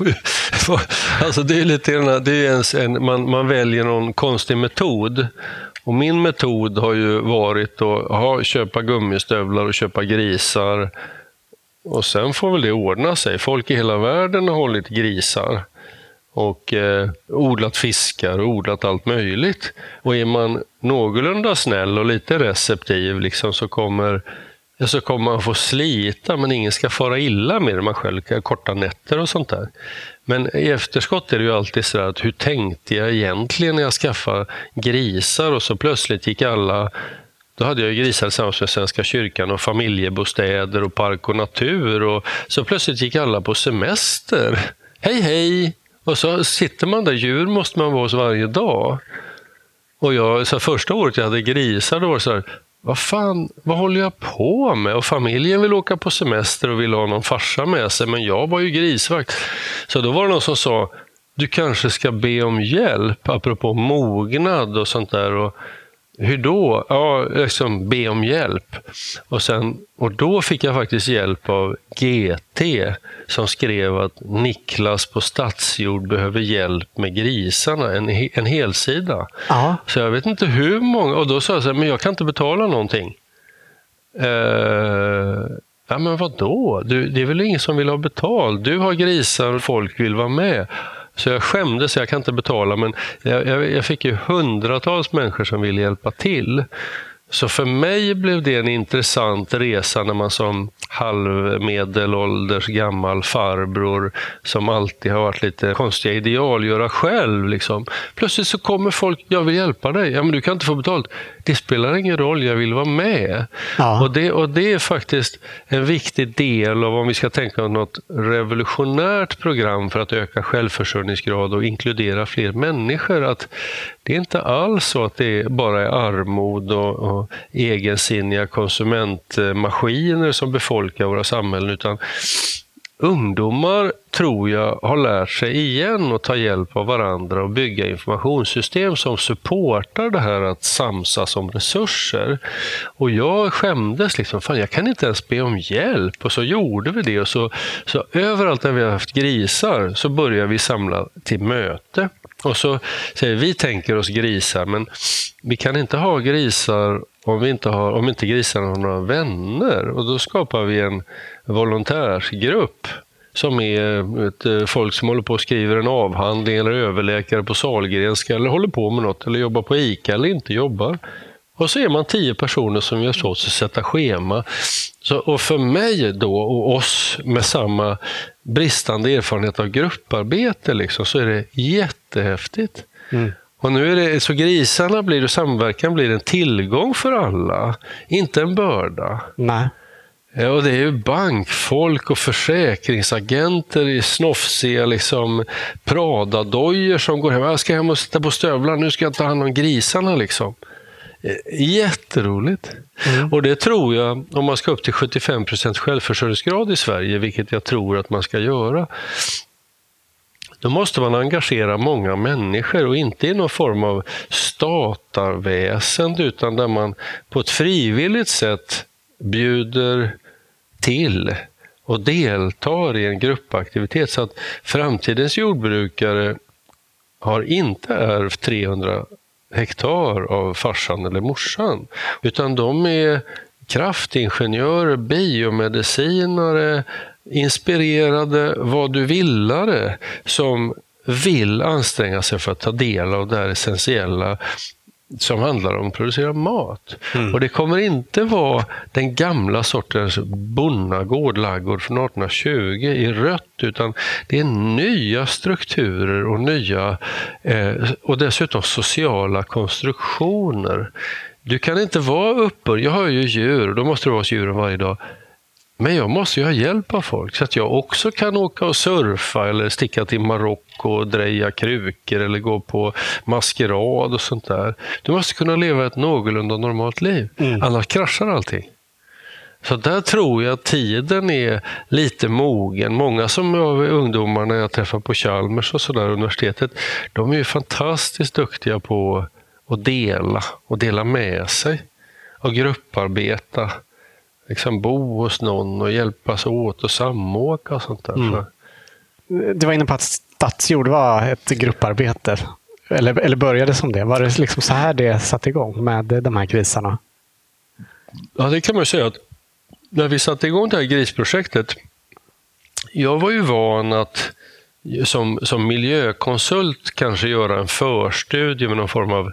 alltså det är lite man väljer någon konstig metod, och min metod har ju varit att köpa gummistövlar och köpa grisar, och sen får väl det ordna sig. Folk i hela världen har hållit grisar och odlat fiskar och odlat allt möjligt, och är man någorlunda snäll och lite receptiv liksom, så kommer man få slita, men ingen ska fara illa med det. Man själv kan korta nätter och sånt där. Men i efterskott är det ju alltid så att hur tänkte jag egentligen när jag skaffade grisar, och så plötsligt gick alla. Då hade jag ju grisar tillsammans med Svenska kyrkan och familjebostäder och park och natur, och så plötsligt gick alla på semester. Hej! Och så sitter man där, djur måste man vara hos varje dag. Och så första året jag hade grisar, då var det så här, vad håller jag på med? Och familjen vill åka på semester och vill ha någon farsa med sig, men jag var ju grisvakt. Så då var det någon som sa, du kanske ska be om hjälp, apropå mognad och sånt där. Och hur då? Ja, liksom be om hjälp. Och då fick jag faktiskt hjälp av GT som skrev att Niklas på Stadsjord behöver hjälp med grisarna, en helsida. Ja. Så jag vet inte hur många, och då sa jag så här, men jag kan inte betala någonting. Ja, men vadå? Det är väl ingen som vill ha betalt. Du har grisar och folk vill vara med. Så jag skämdes, jag kan inte betala, men jag fick ju hundratals människor som ville hjälpa till. Så för mig blev det en intressant resa när man som halvmedelålders gammal farbror som alltid har varit lite konstiga ideal göra själv. Liksom. Plötsligt så kommer folk, jag vill hjälpa dig. Ja, men du kan inte få betalt. Det spelar ingen roll, jag vill vara med. Ja. Och det är faktiskt en viktig del av om vi ska tänka om något revolutionärt program för att öka självförsörjningsgrad och inkludera fler människor. Att det är inte alls så att det bara är armod och egensinniga konsumentmaskiner som befolkar våra samhällen, utan ungdomar tror jag har lärt sig igen att ta hjälp av varandra och bygga informationssystem som supportar det här att samsas om resurser. Och jag skämdes liksom, fan jag kan inte ens be om hjälp. Och så gjorde vi det och så överallt där vi har haft grisar så börjar vi samla till möte. Och så säger vi tänker oss grisar, men vi kan inte ha grisar om inte grisarna har några vänner. Och då skapar vi en volontärsgrupp som är folk som håller på och skriver en avhandling eller överläkare på Sahlgrenska eller håller på med något eller jobbar på ICA eller inte jobbar. Och så är man 10 personer som gör så att sätta schema. Och för mig då och oss med samma bristande erfarenhet av grupparbete liksom, så är det jättehäftigt. Mm. Och nu är det så grisarna blir och samverkan blir en tillgång för alla, inte en börda. Nej. Och det är ju bankfolk och försäkringsagenter i snofsiga liksom Prada-dojor som går hem. Jag ska hem och sitta på stövlar, nu ska jag ta hand om grisarna liksom. Jätteroligt. Mm. Och det tror jag, om man ska upp till 75% självförsörjningsgrad i Sverige, vilket jag tror att man ska göra, då måste man engagera många människor och inte i någon form av statarväsen, utan där man på ett frivilligt sätt bjuder till och deltar i en gruppaktivitet, så att framtidens jordbrukare har inte ärvt 300 hektar av farsan eller morsan, utan de är kraftingenjörer, biomedicinare, inspirerade vad du villare som vill anstränga sig för att ta del av det här essentiella som handlar om att producera mat. Mm. Och det kommer inte vara den gamla sortens bonnagård, laggård från 1820 i rött, utan det är nya strukturer och nya och dessutom sociala konstruktioner. Du kan inte vara uppe, jag har ju djur, då måste du vara hos djuren varje dag. Men jag måste ju ha hjälp av folk så att jag också kan åka och surfa eller sticka till Marocko och dreja krukor eller gå på maskerad och sånt där. Du måste kunna leva ett någorlunda normalt liv. Annars kraschar allting. Så där tror jag att tiden är lite mogen. Många som av ungdomarna jag träffar på Chalmers och sådär universitetet, de är ju fantastiskt duktiga på att dela med sig och grupparbeta. Liksom bo hos någon och hjälpas åt och samåka och sånt där. Mm. Du var inne på att Stadsjord var ett grupparbete. Eller började som det? Var det liksom så här det satte igång med de här grisarna? Ja, det kan man ju säga att när vi satte igång det här grisprojektet, jag var ju van att som miljökonsult kanske göra en förstudie med någon form av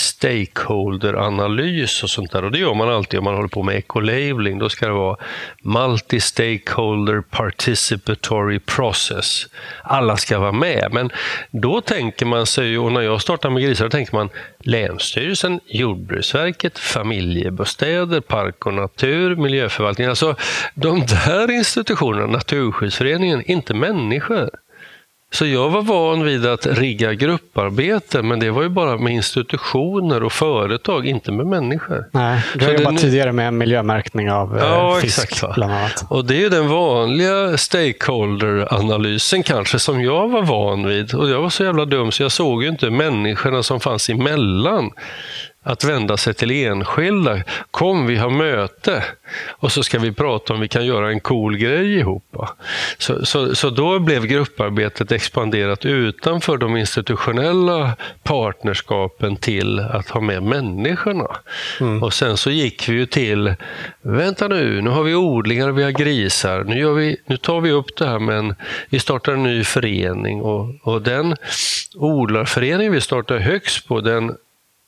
stakeholder-analys och sånt där. Och det gör man alltid om man håller på med eco-labeling. Då ska det vara multi-stakeholder participatory process. Alla ska vara med. Men då tänker man sig, och när jag startar med grisar, då tänker man Länsstyrelsen, Jordbruksverket, familjebostäder, park och natur, miljöförvaltningen. Alltså de där institutionerna, Naturskyddsföreningen, inte människor. Så jag var van vid att rigga grupparbete, men det var ju bara med institutioner och företag, inte med människor. Nej, du har jobbat tidigare med miljömärkning av fisk exakt, bland annat. Och det är den vanliga stakeholder-analysen kanske som jag var van vid. Och jag var så jävla dum så jag såg ju inte människorna som fanns emellan. Att vända sig till enskilda. Kom, vi har möte. Och så ska vi prata om vi kan göra en cool grej ihop. Så då blev grupparbetet expanderat utanför de institutionella partnerskapen till att ha med människorna. Mm. Och sen så gick vi ju till, vänta nu har vi odlingar, vi har grisar. Nu tar vi upp det här, men vi startar en ny förening. Och den odlarförening vi startar högst på, den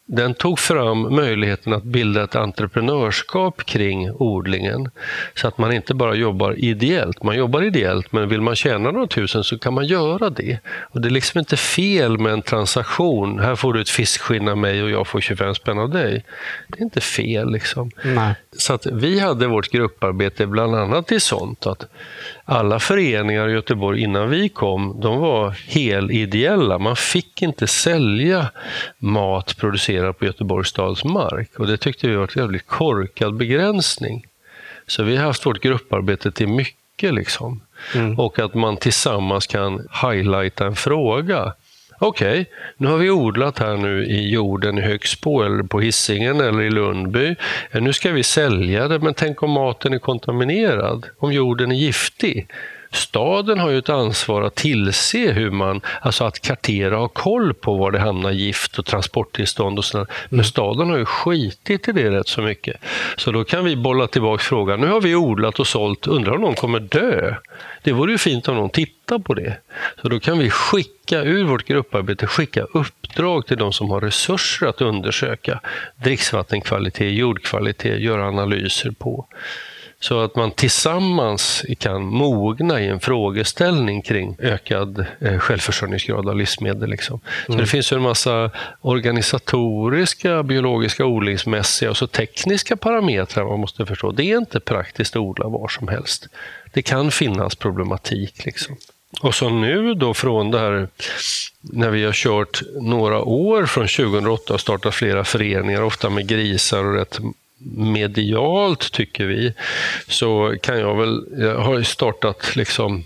den tog fram möjligheten att bilda ett entreprenörskap kring odlingen. Så att man inte bara jobbar ideellt. Man jobbar ideellt, men vill man tjäna några tusen så kan man göra det. Och det är liksom inte fel med en transaktion. Här får du ett fiskskinn av mig och jag får 25 spänn av dig. Det är inte fel liksom. Nej. Så att vi hade vårt grupparbete bland annat i sånt att alla föreningar i Göteborg innan vi kom, de var helideella. Man fick inte sälja mat producerad på Göteborgs stads mark. Och det tyckte vi var en jävligt korkad begränsning. Så vi har haft vårt grupparbete till mycket liksom. Och att man tillsammans kan highlighta en fråga. Okej, nu har vi odlat här nu i jorden i Högsbo eller på Hisingen eller i Lundby. Nu ska vi sälja det, men tänk om maten är kontaminerad, om jorden är giftig. Staden har ju ett ansvar att tillse hur man, alltså att kartera och koll på var det hamnar gift och transporttillstånd och sådär. Men staden har ju skitit i det rätt så mycket. Så då kan vi bolla tillbaka frågan. Nu har vi odlat och sålt, undrar om någon kommer dö? Det vore ju fint om någon tittar på det. Så då kan vi skicka ur vårt grupparbete, skicka uppdrag till de som har resurser att undersöka dricksvattenkvalitet, jordkvalitet, göra analyser på. Så att man tillsammans kan mogna i en frågeställning kring ökad självförsörjningsgrad av livsmedel. Liksom. Så det finns ju en massa organisatoriska, biologiska, odlingsmässiga och så tekniska parametrar man måste förstå. Det är inte praktiskt att odla var som helst. Det kan finnas problematik. Liksom. Och så nu då från det här, när vi har kört några år från 2008 och startat flera föreningar, ofta med grisar och rätt medialt tycker vi, så kan jag har startat liksom,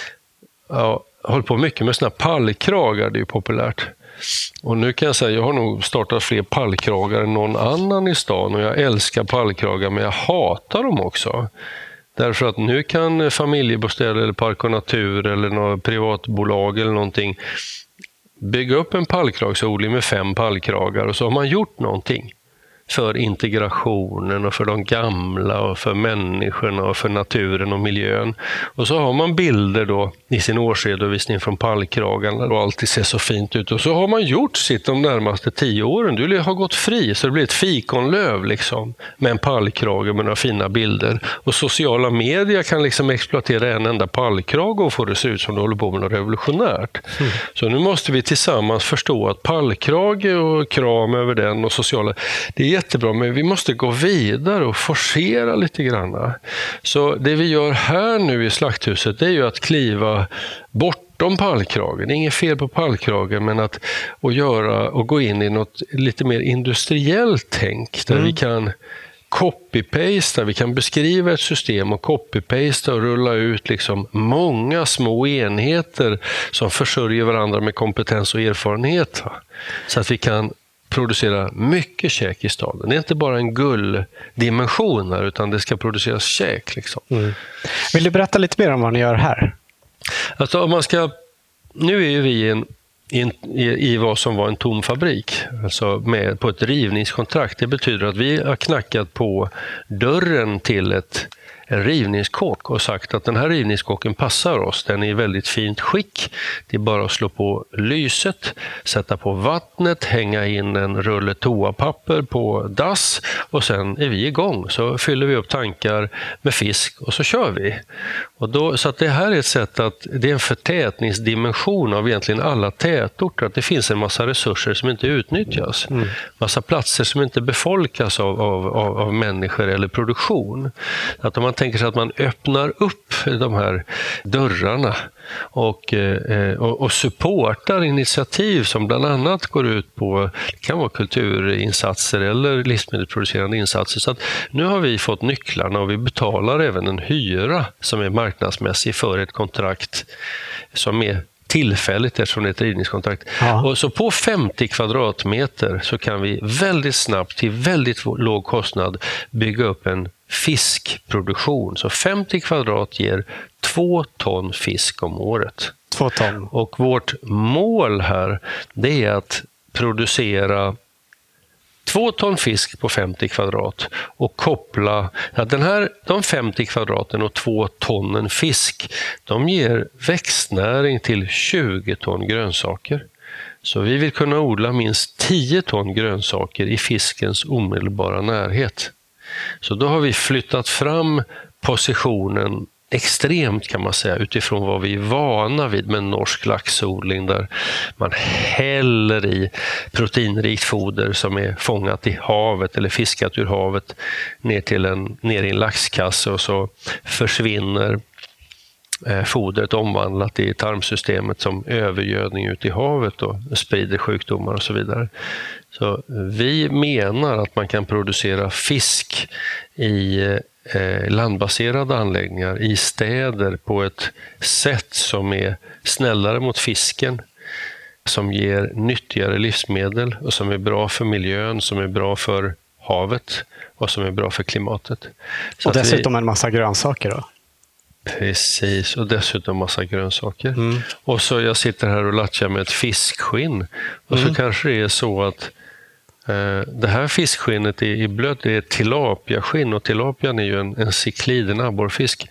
hållit på mycket med såna här pallkragar, det är ju populärt. Och nu kan jag säga, jag har nog startat fler pallkragar än någon annan i stan och jag älskar pallkragar, men jag hatar dem också. Därför att nu kan Familjebostäder eller Park och Natur eller något privatbolag eller någonting bygga upp en pallkragsodling med 5 pallkragar och så har man gjort någonting för integrationen och för de gamla och för människorna och för naturen och miljön. Och så har man bilder då i sin årsredovisning från pallkragarna och alltid ser så fint ut. Och så har man gjort sitt de närmaste 10 åren. Du har gått fri så det blir ett fikonlöv liksom, med en pallkrage med några fina bilder. Och sociala medier kan liksom exploatera en enda pallkrage och få det se ut som du håller på med något revolutionärt. Så nu måste vi tillsammans förstå att pallkrage och kram över den och sociala, det är jättebra, men vi måste gå vidare och forcera lite grann. Så det vi gör här nu i Slakthuset, det är ju att kliva bortom pallkragen. Det är inget fel på pallkragen, men att gå in i något lite mer industriellt tänk där vi kan copy-pasta, vi kan beskriva ett system och copy-pasta och rulla ut liksom många små enheter som försörjer varandra med kompetens och erfarenhet. Så att vi kan producera mycket käk i staden. Det är inte bara en gulldimension här, utan det ska produceras käk. Liksom. Vill du berätta lite mer om vad ni gör här? Alltså, om man ska, nu är ju vi i vad som var en tom fabrik, alltså på ett rivningskontrakt. Det betyder att vi har knackat på dörren till en rivningskåk och sagt att den här rivningskåken passar oss. Den är i väldigt fint skick. Det är bara att slå på lyset, sätta på vattnet, hänga in en rulle toapapper på dass och sen är vi igång. Så fyller vi upp tankar med fisk och så kör vi. Så att det här är ett sätt att, det är en förtätningsdimension av egentligen alla tätorter. Att det finns en massa resurser som inte utnyttjas. Massa platser som inte befolkas av människor eller produktion. Att om man tänker sig att man öppnar upp de här dörrarna och supportar initiativ som bland annat går ut på, det kan vara kulturinsatser eller livsmedelsproducerande insatser. Så att nu har vi fått nycklarna och vi betalar även en hyra som är marknadsmässig för ett kontrakt som är tillfälligt eftersom det är ett rivningskontrakt. Ja. Och så på 50 kvadratmeter så kan vi väldigt snabbt till väldigt låg kostnad bygga upp en fiskproduktion. Så 50 kvadrat ger 2 ton fisk om året. 2 ton. Och vårt mål här, det är att producera 2 ton fisk på 50 kvadrat och koppla de 50 kvadraten och 2 tonnen fisk, de ger växtnäring till 20 ton grönsaker. Så vi vill kunna odla minst 10 ton grönsaker i fiskens omedelbara närhet. Så då har vi flyttat fram positionen extremt kan man säga utifrån vad vi är vana vid med norsk laxodling där man häller i proteinrikt foder som är fångat i havet eller fiskat ur havet ner i en laxkasse och så försvinner fodret omvandlat i tarmsystemet som övergödning ut i havet och sprider sjukdomar och så vidare. Så vi menar att man kan producera fisk i landbaserade anläggningar i städer på ett sätt som är snällare mot fisken, som ger nyttigare livsmedel och som är bra för miljön, som är bra för havet och som är bra för klimatet. Så och dessutom en massa grönsaker då? Precis, och dessutom massa grönsaker. Och så jag sitter här och latchar med ett fiskskinn. Och så kanske det är så att det här fiskskinnet i blöt, det är tilapiaskinn och tilapian är ju en ciklid, en abborrfisk.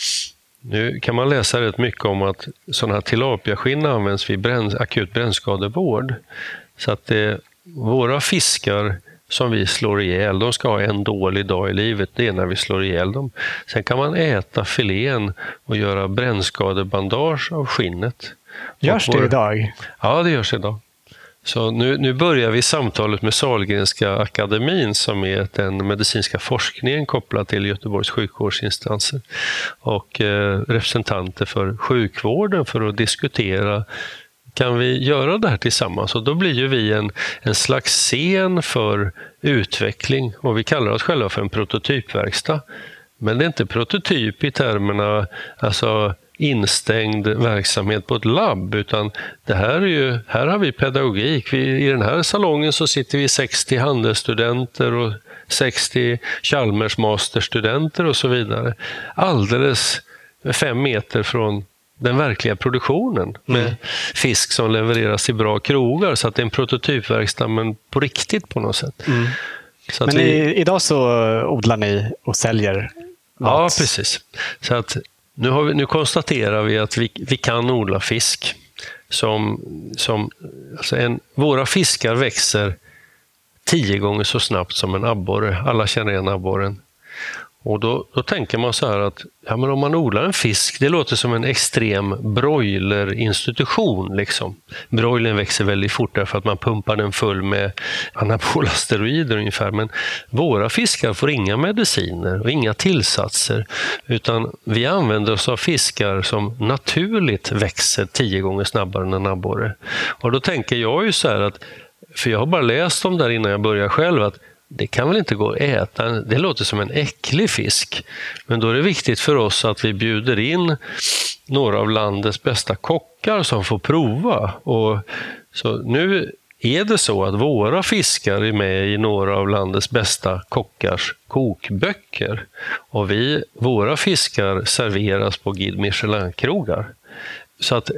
Nu kan man läsa rätt mycket om att sådana här tilapiaskinn används vid akut brännskadevård. Så att våra fiskar som vi slår ihjäl, de ska ha en dålig dag i livet, det är när vi slår ihjäl dem. Sen kan man äta filén och göra brännskadebandage av skinnet. Görs det idag? Ja, det görs idag. Så nu börjar vi samtalet med Sahlgrenska akademin som är den medicinska forskningen kopplad till Göteborgs sjukvårdsinstanser och representanter för sjukvården för att diskutera, kan vi göra det här tillsammans? Och då blir ju vi en slags scen för utveckling och vi kallar oss själva för en prototypverkstad. Men det är inte prototyp i termerna alltså instängd verksamhet på ett labb, utan det här har vi pedagogik. I den här salongen så sitter vi 60 handelsstudenter och 60 Chalmers masterstudenter och så vidare. Alldeles 5 meter från den verkliga produktionen med fisk som levereras i bra krogar, så att det är en prototypverkstad men på riktigt på något sätt. Så att men idag så odlar ni och säljer mat. Ja, precis. Så att nu konstaterar vi att vi kan odla fisk. Våra fiskar växer 10 gånger så snabbt som en abborre. Alla känner igen abborren. Och då tänker man så här att men om man odlar en fisk, det låter som en extrem broilerinstitution. Liksom. Broilern växer väldigt fort därför att man pumpar den full med anabola steroider ungefär. Men våra fiskar får inga mediciner och inga tillsatser, utan vi använder oss av fiskar som naturligt växer 10 gånger snabbare än en abborre. Och då tänker jag ju så här att, för jag har bara läst om där innan jag börjar själv, att det kan väl inte gå att äta, det låter som en äcklig fisk. Men då är det viktigt för oss att vi bjuder in några av landets bästa kockar som får prova. Och så nu är det så att våra fiskar är med i några av landets bästa kockars kokböcker. Och våra fiskar serveras på Guide Michelin-krogar. Så att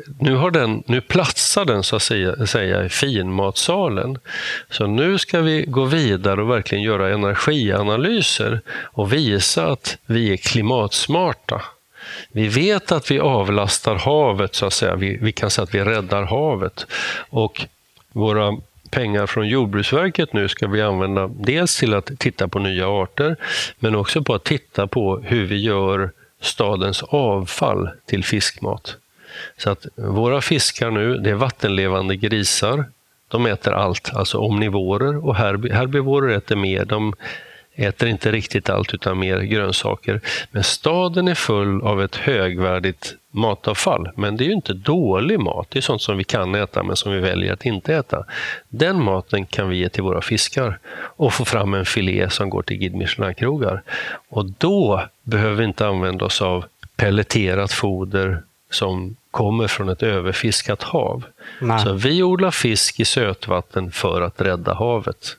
nu platsar den så att säga i finmatsalen. Så nu ska vi gå vidare och verkligen göra energianalyser och visa att vi är klimatsmarta. Vi vet att vi avlastar havet så att säga. Vi kan säga att vi räddar havet. Och våra pengar från Jordbruksverket nu ska vi använda dels till att titta på nya arter, men också på att titta på hur vi gör stadens avfall till fiskmat. Så att våra fiskar nu, det är vattenlevande grisar. De äter allt, alltså omnivorer, och herbivorer äter mer. De äter inte riktigt allt utan mer grönsaker. Men staden är full av ett högvärdigt matavfall. Men det är ju inte dålig mat. Det är sånt som vi kan äta men som vi väljer att inte äta. Den maten kan vi ge till våra fiskar och få fram en filé som går till Guide Michelin-krogar. Och då behöver vi inte använda oss av pelleterat foder som kommer från ett överfiskat hav. Nej. Så vi odlar fisk i sötvatten för att rädda havet.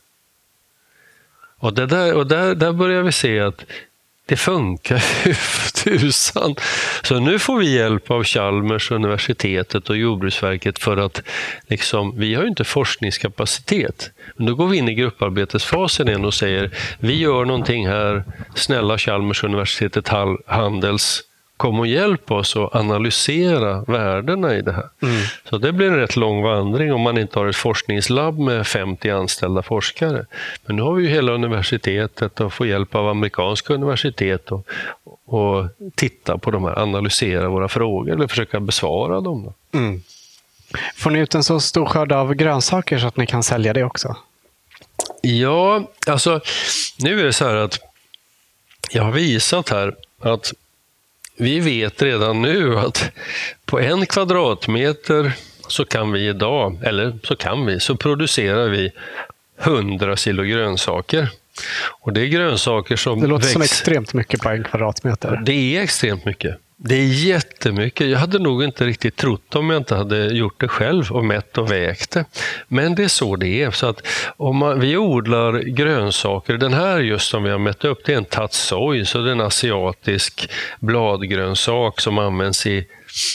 Och där börjar vi se att det funkar ju tusan. Så nu får vi hjälp av Chalmers, universitetet och Jordbruksverket för att vi har ju inte forskningskapacitet. Men då går vi in i grupparbetesfasen igen och säger vi gör någonting här, snälla Chalmers, universitetet, Handels kom och hjälp oss att analysera värdena i det här. Så det blir en rätt lång vandring om man inte har ett forskningslabb med 50 anställda forskare. Men nu har vi ju hela universitetet och får hjälp av amerikanska universitet och titta på de här, analysera våra frågor eller försöka besvara dem. Får ni ut en så stor skörd av grönsaker så att ni kan sälja det också? Ja, alltså nu är det så här att jag har visat här att vi vet redan nu att på 1 kvadratmeter så kan vi idag, så producerar vi 100 kilo grönsaker. Och det är grönsaker som det låter som extremt mycket på 1 kvadratmeter. Det är extremt mycket. Det är jättemycket. Jag hade nog inte riktigt trott om jag inte hade gjort det själv och mätt och vägt det. Men det är så det är. Så att om vi odlar grönsaker, den här just som vi har mätt upp, det är en tatsoi, så det är en asiatisk bladgrönsak som används i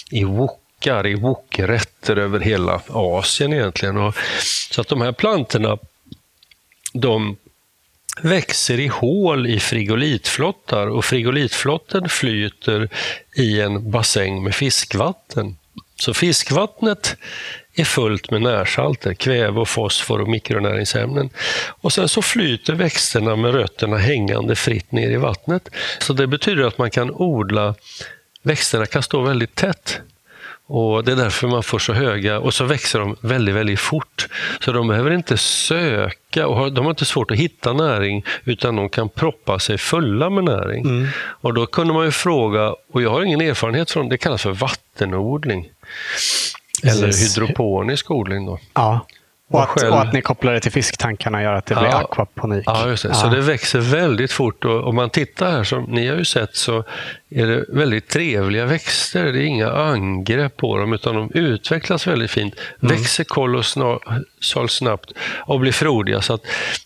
wokrätter över hela Asien egentligen. Och så att de här plantorna, de växer i hål i frigolitflottar, och frigolitflotten flyter i en bassäng med fiskvatten. Så fiskvattnet är fullt med närsalter, kväve och fosfor och mikronäringsämnen. Och sen så flyter växterna med rötterna hängande fritt ner i vattnet. Så det betyder att man kan odla, växterna kan stå väldigt tätt. Och det är därför man får så höga, och så växer de väldigt, väldigt fort. Så de behöver inte söka, och de har inte svårt att hitta näring, utan de kan proppa sig fulla med näring. Och då kunde man ju fråga, och jag har ingen erfarenhet från det, kallas för vattenodling. Eller hydroponisk odling då. Ja. Och att ni kopplar det till fisktankarna gör att det blir akvaponik. Ja, just det. Så det växer väldigt fort. Och om man tittar här, som ni har ju sett, så är det väldigt trevliga växter. Det är inga angrepp på dem, utan de utvecklas väldigt fint. Växer kolossalt snabbt och blir frodiga. Så att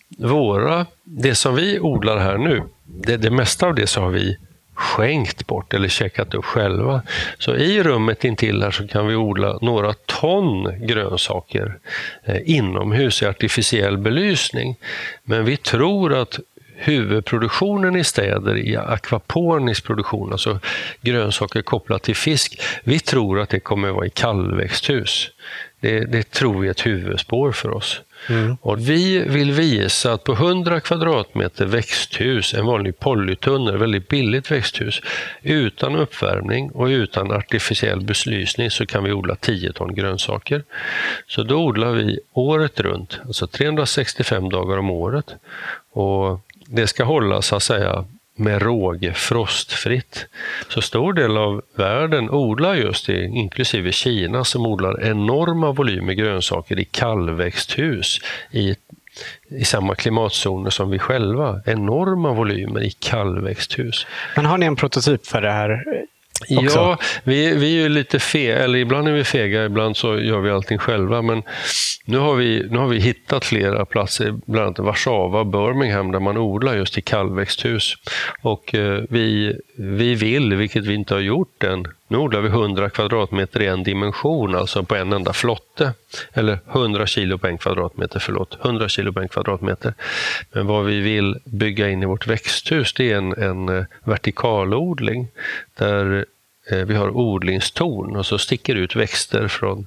det som vi odlar här nu, det mesta av det så har vi skänkt bort eller checkat upp själva. Så i rummet intill här så kan vi odla några ton grönsaker inomhus i artificiell belysning. Men vi tror att huvudproduktionen i städer i akvaponisk produktion, alltså grönsaker kopplat till fisk, vi tror att det kommer att vara i kallväxthus. Det tror vi är ett huvudspår för oss. Och vi vill visa att på 100 kvadratmeter växthus, en vanlig polytunnel, väldigt billigt växthus, utan uppvärmning och utan artificiell belysning, så kan vi odla 10 ton grönsaker. Så då odlar vi året runt, alltså 365 dagar om året. Och det ska hållas, så att säga, med råge, frostfritt. Så stor del av världen odlar just det, inklusive Kina, som odlar enorma volymer grönsaker i kallväxthus i samma klimatzoner som vi själva. Enorma volymer i kallväxthus. Men har ni en prototyp för det här också? Ja, vi är ju lite fega, eller ibland är vi fega, ibland så gör vi allting själva, men nu har vi hittat flera platser, bland annat Warszawa och Birmingham, där man odlar just i kallväxthus. Och vi vill, vilket vi inte har gjort än, nu odlar vi 100 kvadratmeter i en dimension, alltså på en enda flotte. Eller 100 kilo på en kvadratmeter, 100 kilo på en kvadratmeter. Men vad vi vill bygga in i vårt växthus, det är en vertikalodling där vi har odlingstorn och så sticker ut växter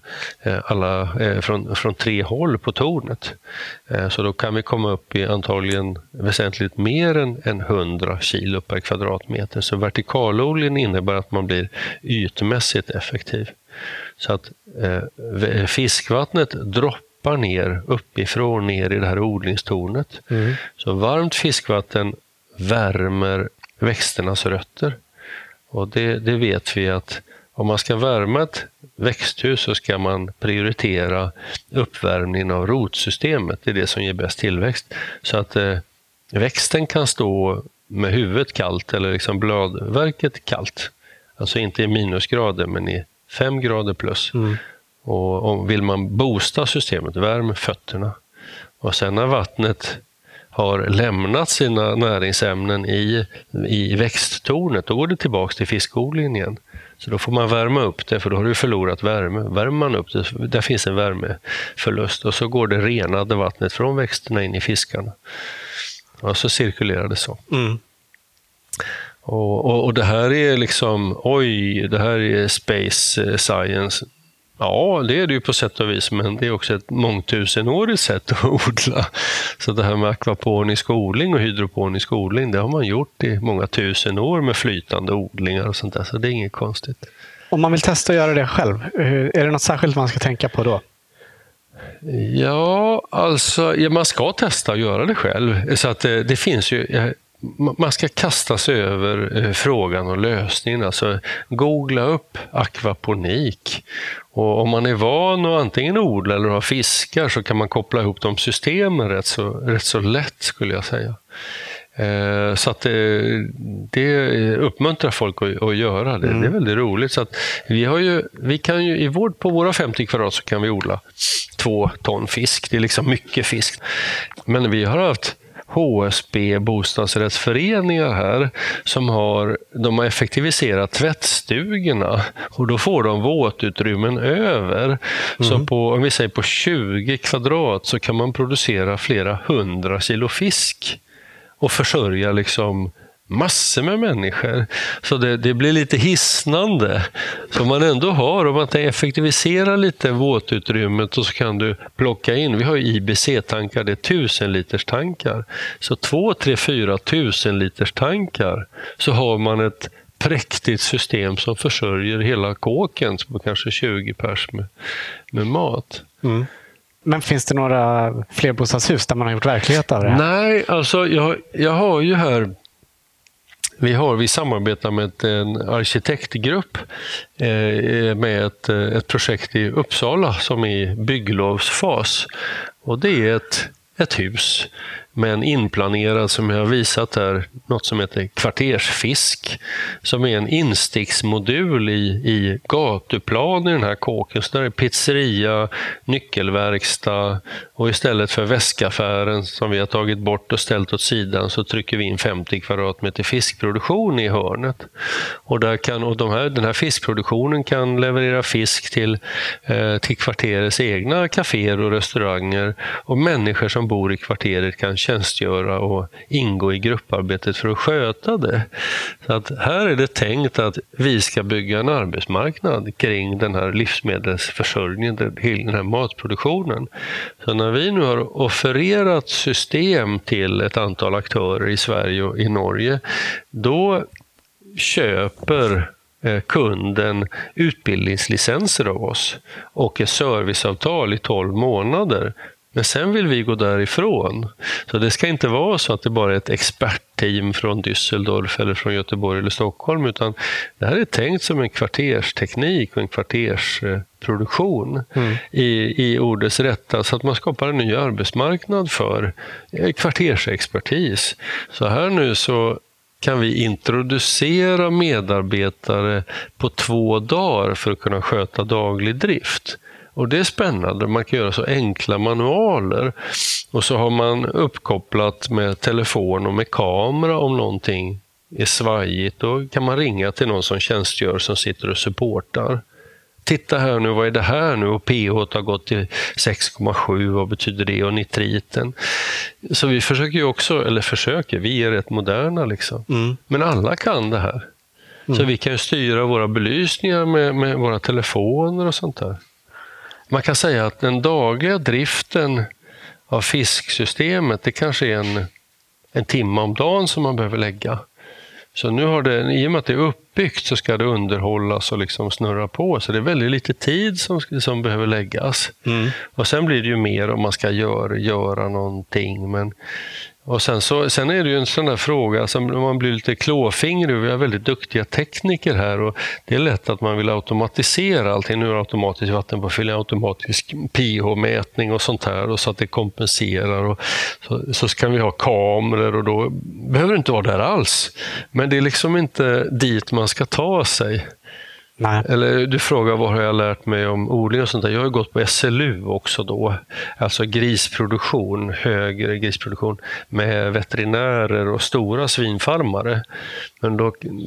från 3 håll på tornet. Så då kan vi komma upp i antagligen väsentligt mer än 100 kilo per kvadratmeter. Så vertikalodling innebär att man blir ytmässigt effektiv. Så att fiskvattnet droppar ner uppifrån ner i det här odlingstornet. Så varmt fiskvatten värmer växternas rötter. Och det vet vi att om man ska värma ett växthus så ska man prioritera uppvärmningen av rotsystemet. Det är det som ger bäst tillväxt. Så att växten kan stå med huvudet kallt eller liksom bladverket kallt. Alltså inte i minusgrader men i 5 grader plus. Och vill man boosta systemet, värm fötterna. Och sen när vattnet har lämnat sina näringsämnen i växttornet, då går det tillbaka till fiskodlingen igen. Så då får man värma upp det, för då har du förlorat värme. Värmer man upp det, där finns en värmeförlust, och så går det renade vattnet från växterna in i fiskarna. Och så cirkulerar det så. Och det här är liksom, det här är space science. Ja, det är det ju på sätt och vis, men det är också ett mångtusenårigt sätt att odla. Så det här med akvaponisk odling och hydroponisk odling, det har man gjort i många tusen år med flytande odlingar och sånt där, så det är inget konstigt. Om man vill testa att göra det själv, är det något särskilt man ska tänka på då? Ja, alltså man ska testa att göra det själv. Så att det finns ju... Man ska kasta sig över frågan och lösningen. Alltså googla upp akvaponik. Och om man är van att antingen odla eller ha fiskar så kan man koppla ihop de systemen rätt så lätt, skulle jag säga. Så att det uppmuntrar folk att göra det. Det är väldigt roligt. Så att vi kan ju på våra 50 kvadrat så kan vi odla 2 ton fisk. Det är liksom mycket fisk. Men vi har haft HSB bostadsrättsföreningar här som har effektiviserat tvättstugorna och då får de våtutrymmen över. Så om vi säger på 20 kvadrat så kan man producera flera 100 kilo fisk och försörja liksom massor med människor. Så det blir lite hisnande. Så man ändå har, om man effektiviserar lite våtutrymmet och så kan du plocka in, vi har ju IBC-tankar, det är 1000 liters tankar. Så 2, 3, 4 1000 liters tankar så har man ett präktigt system som försörjer hela kåken på kanske 20 pers med mat. Men finns det några flerbostadshus där man har gjort verklighet av det? Nej, alltså jag har ju här... Vi samarbetar med en arkitektgrupp med ett projekt i Uppsala som är i bygglovsfas. Och det är ett hus med en inplanerad, som jag har visat här, något som heter kvartersfisk, som är en insticksmodul i gatuplan i den här kåken. Så där är pizzeria, nyckelverkstad och istället för väskaffären som vi har tagit bort och ställt åt sidan så trycker vi in 50 kvadratmeter fiskproduktion i hörnet. Och den här fiskproduktionen kan leverera fisk till kvarterets egna kaféer och restauranger, och människor som bor i kvarteret kan tjänstgöra och ingå i grupparbetet för att sköta det. Så att här är det tänkt att vi ska bygga en arbetsmarknad kring den här livsmedelsförsörjningen, den här matproduktionen. Så när vi nu har offererat system till ett antal aktörer i Sverige och i Norge, då köper kunden utbildningslicenser av oss och ett serviceavtal i 12 månader. Men sen vill vi gå därifrån. Så det ska inte vara så att det bara är ett expertteam från Düsseldorf eller från Göteborg eller Stockholm, utan det här är tänkt som en kvartersteknik och en kvartersproduktion i ordets rätta, så att man skapar en ny arbetsmarknad för kvartersexpertis. Så här nu så kan vi introducera medarbetare på 2 dagar för att kunna sköta daglig drift. Och det är spännande. Man kan göra så enkla manualer. Och så har man uppkopplat med telefon och med kamera om någonting är svajigt. Då kan man ringa till någon som tjänstgör som sitter och supportar. Titta här nu, vad är det här nu? Och pH har gått till 6,7, vad betyder det? Och nitriten. Så vi försöker ju också, vi är rätt moderna liksom. Men alla kan det här. Så vi kan ju styra våra belysningar med våra telefoner och sånt där. Man kan säga att den dagliga driften av fisksystemet, det kanske är en timme om dagen som man behöver lägga. Så nu i och med att det är uppbyggt så ska det underhållas och liksom snurra på. Så det är väldigt lite tid som behöver läggas. Och sen blir det ju mer om man ska göra någonting. Och sen är det ju en sån där fråga som man blir lite klåfingrig. Vi har väldigt duktiga tekniker här och det är lätt att man vill automatisera allting. Nu är automatisk vattenpåfyllning, automatisk pH-mätning och sånt här, och så att det kompenserar. Och så kan vi ha kameror och då behöver det inte vara där alls. Men det är liksom inte dit man ska ta sig. Nej. Eller du frågar vad har jag lärt mig om odling och sånt där. Jag har gått på SLU också då. Alltså grisproduktion, högre grisproduktion med veterinärer och stora svinfarmare. Men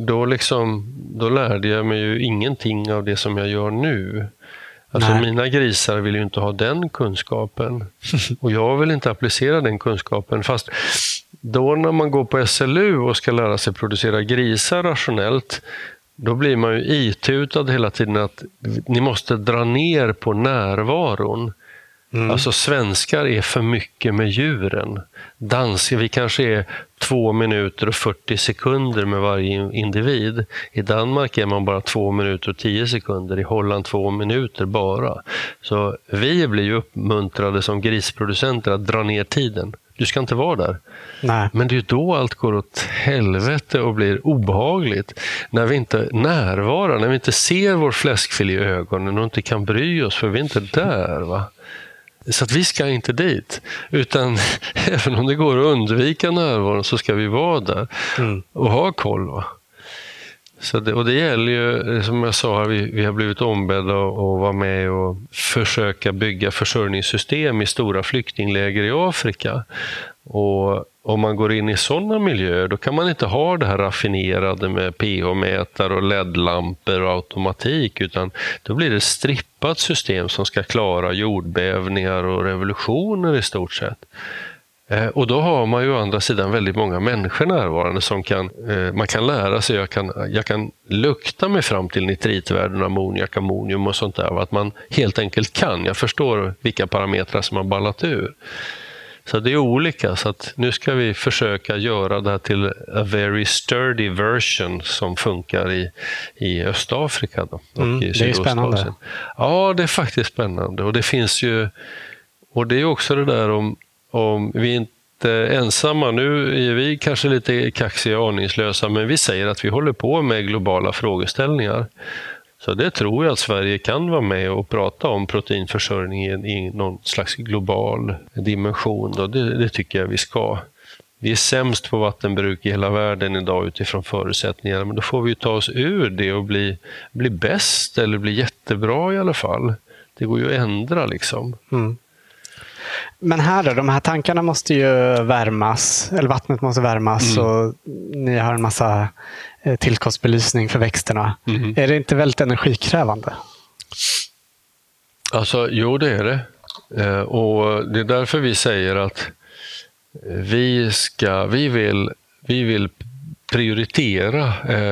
då lärde jag mig ju ingenting av det som jag gör nu. Alltså mina grisar vill ju inte ha den kunskapen. Och jag vill inte applicera den kunskapen. Fast Då när man går på SLU och ska lära sig producera grisar rationellt, då blir man ju itutad hela tiden att ni måste dra ner på närvaron. Alltså svenskar är för mycket med djuren. Danskar, vi kanske är 2 minuter och 40 sekunder med varje individ. I Danmark är man bara 2 minuter och 10 sekunder. I Holland 2 minuter bara. Så vi blir ju uppmuntrade som grisproducenter att dra ner tiden. Du ska inte vara där. Nej. Men det är ju då allt går åt helvete och blir obehagligt. När vi inte närvarar, när vi inte ser vår fläskfilé i ögonen och inte kan bry oss för vi är inte där, va? Så att vi ska inte dit. Utan även om det går att undvika närvaron så ska vi vara där och ha koll, va? Så det gäller ju, som jag sa, vi har blivit ombedda att vara med och försöka bygga försörjningssystem i stora flyktingläger i Afrika. Och om man går in i sådana miljöer, då kan man inte ha det här raffinerade med pH-mätare och LED-lampor och automatik, utan då blir det ett strippat system som ska klara jordbävningar och revolutioner i stort sett. Och då har man ju å andra sidan väldigt många människor närvarande som man kan lära sig. Jag kan lukta mig fram till nitritvärden, ammonium och sånt där. Att man helt enkelt kan. Jag förstår vilka parametrar som har ballat ur. Så det är olika. Så att nu ska vi försöka göra det här till a very sturdy version som funkar i Östafrika då, och i det är spännande. Ja, det är faktiskt spännande. Och det finns ju, och det är också det där om vi inte är ensamma. Nu är vi kanske lite kaxiga och aningslösa, men vi säger att vi håller på med globala frågeställningar. Så det tror jag att Sverige kan vara med och prata om proteinförsörjning i någon slags global dimension. Och det tycker jag vi ska. Vi är sämst på vattenbruk i hela världen idag utifrån förutsättningar, men då får vi ta oss ur det och bli bäst eller bli jättebra i alla fall. Det går ju att ändra liksom. Men här då, de här tankarna måste ju värmas, eller vattnet måste värmas och ni har en massa tillskottsbelysning för växterna. Är det inte väldigt energikrävande? Alltså, jo det är det. Och det är därför vi säger att vi vill prioritera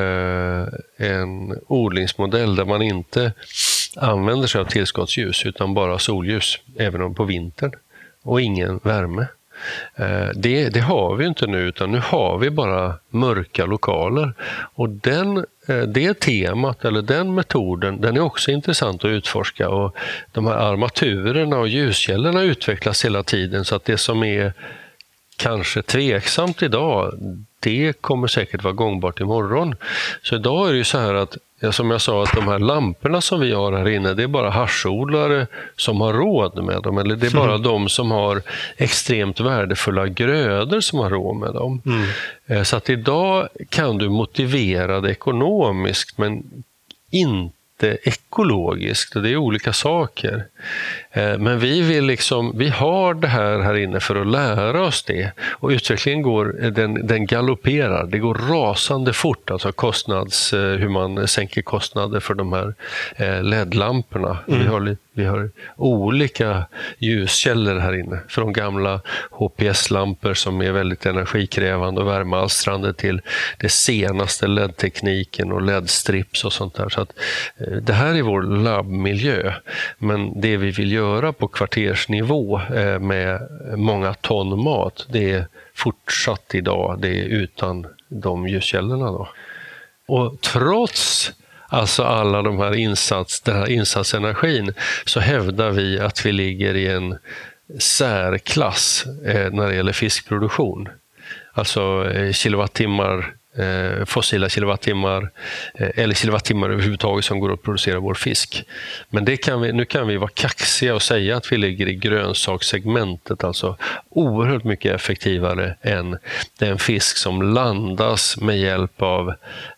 en odlingsmodell där man inte använder sig av tillskottsljus utan bara solljus, även på vintern, och ingen värme. Det har vi inte nu, utan nu har vi bara mörka lokaler. Och det temat, eller den metoden, den är också intressant att utforska. Och de här armaturerna och ljuskällorna utvecklas hela tiden, så att det som är kanske tveksamt idag, det kommer säkert vara gångbart imorgon. Så idag är det ju så här att, som jag sa, att de här lamporna som vi har här inne, det är bara haschodlare som har råd med dem. Eller det är bara de som har extremt värdefulla grödor som har råd med dem. Så att idag kan du motivera det ekonomiskt, men inte ekologiskt, och det är olika saker. Men vi har det här inne för att lära oss det, och utvecklingen den galopperar, det går rasande fort, alltså hur man sänker kostnader för de här LED-lamporna. Vi har olika ljuskällor här inne, från gamla HPS-lampor som är väldigt energikrävande och värmealstrande till det senaste LED-tekniken och LED-strips och sånt där. Så att det här är vår labbmiljö, men det vi vill göra på kvartersnivå med många ton mat, det är fortsatt idag, det är utan de ljuskällorna då. Och trots alltså alla de här den här insatsenergin, så hävdar vi att vi ligger i en särklass när det gäller fiskproduktion. Alltså kilowattimmar, fossila kilowattimmar eller kilowattimmar överhuvudtaget som går att producera vår fisk. Men nu kan vi vara kaxiga och säga att vi ligger i grönsakssegmentet, alltså oerhört mycket effektivare än den fisk som landas med hjälp av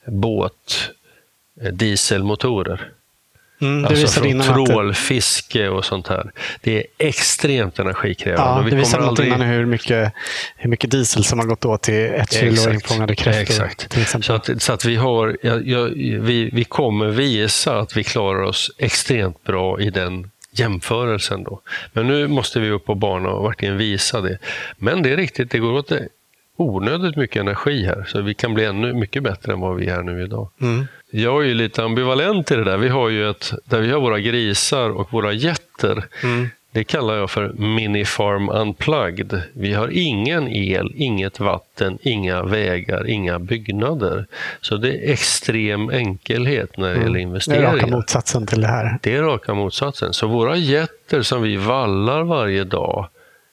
dieselmotorer. Alltså från trålfiske och sånt här. Det är extremt energikrävande. Ja, det visar något innan hur mycket diesel som har gått åt till 1 kilo infångade kräftor. Exakt. Till exempel. Så att vi kommer visa att vi klarar oss extremt bra i den jämförelsen då. Men nu måste vi upp på banan och verkligen visa det. Men det är riktigt, det går onödigt mycket energi här. Så vi kan bli ännu mycket bättre än vad vi är nu idag. Jag är ju lite ambivalent i det där. Vi har ju där vi har våra grisar och våra getter. Det kallar jag för mini-farm unplugged. Vi har ingen el, inget vatten, inga vägar, inga byggnader. Så det är extrem enkelhet när det gäller investeringar. Det är raka motsatsen till det här. Det är raka motsatsen. Så våra getter som vi vallar varje dag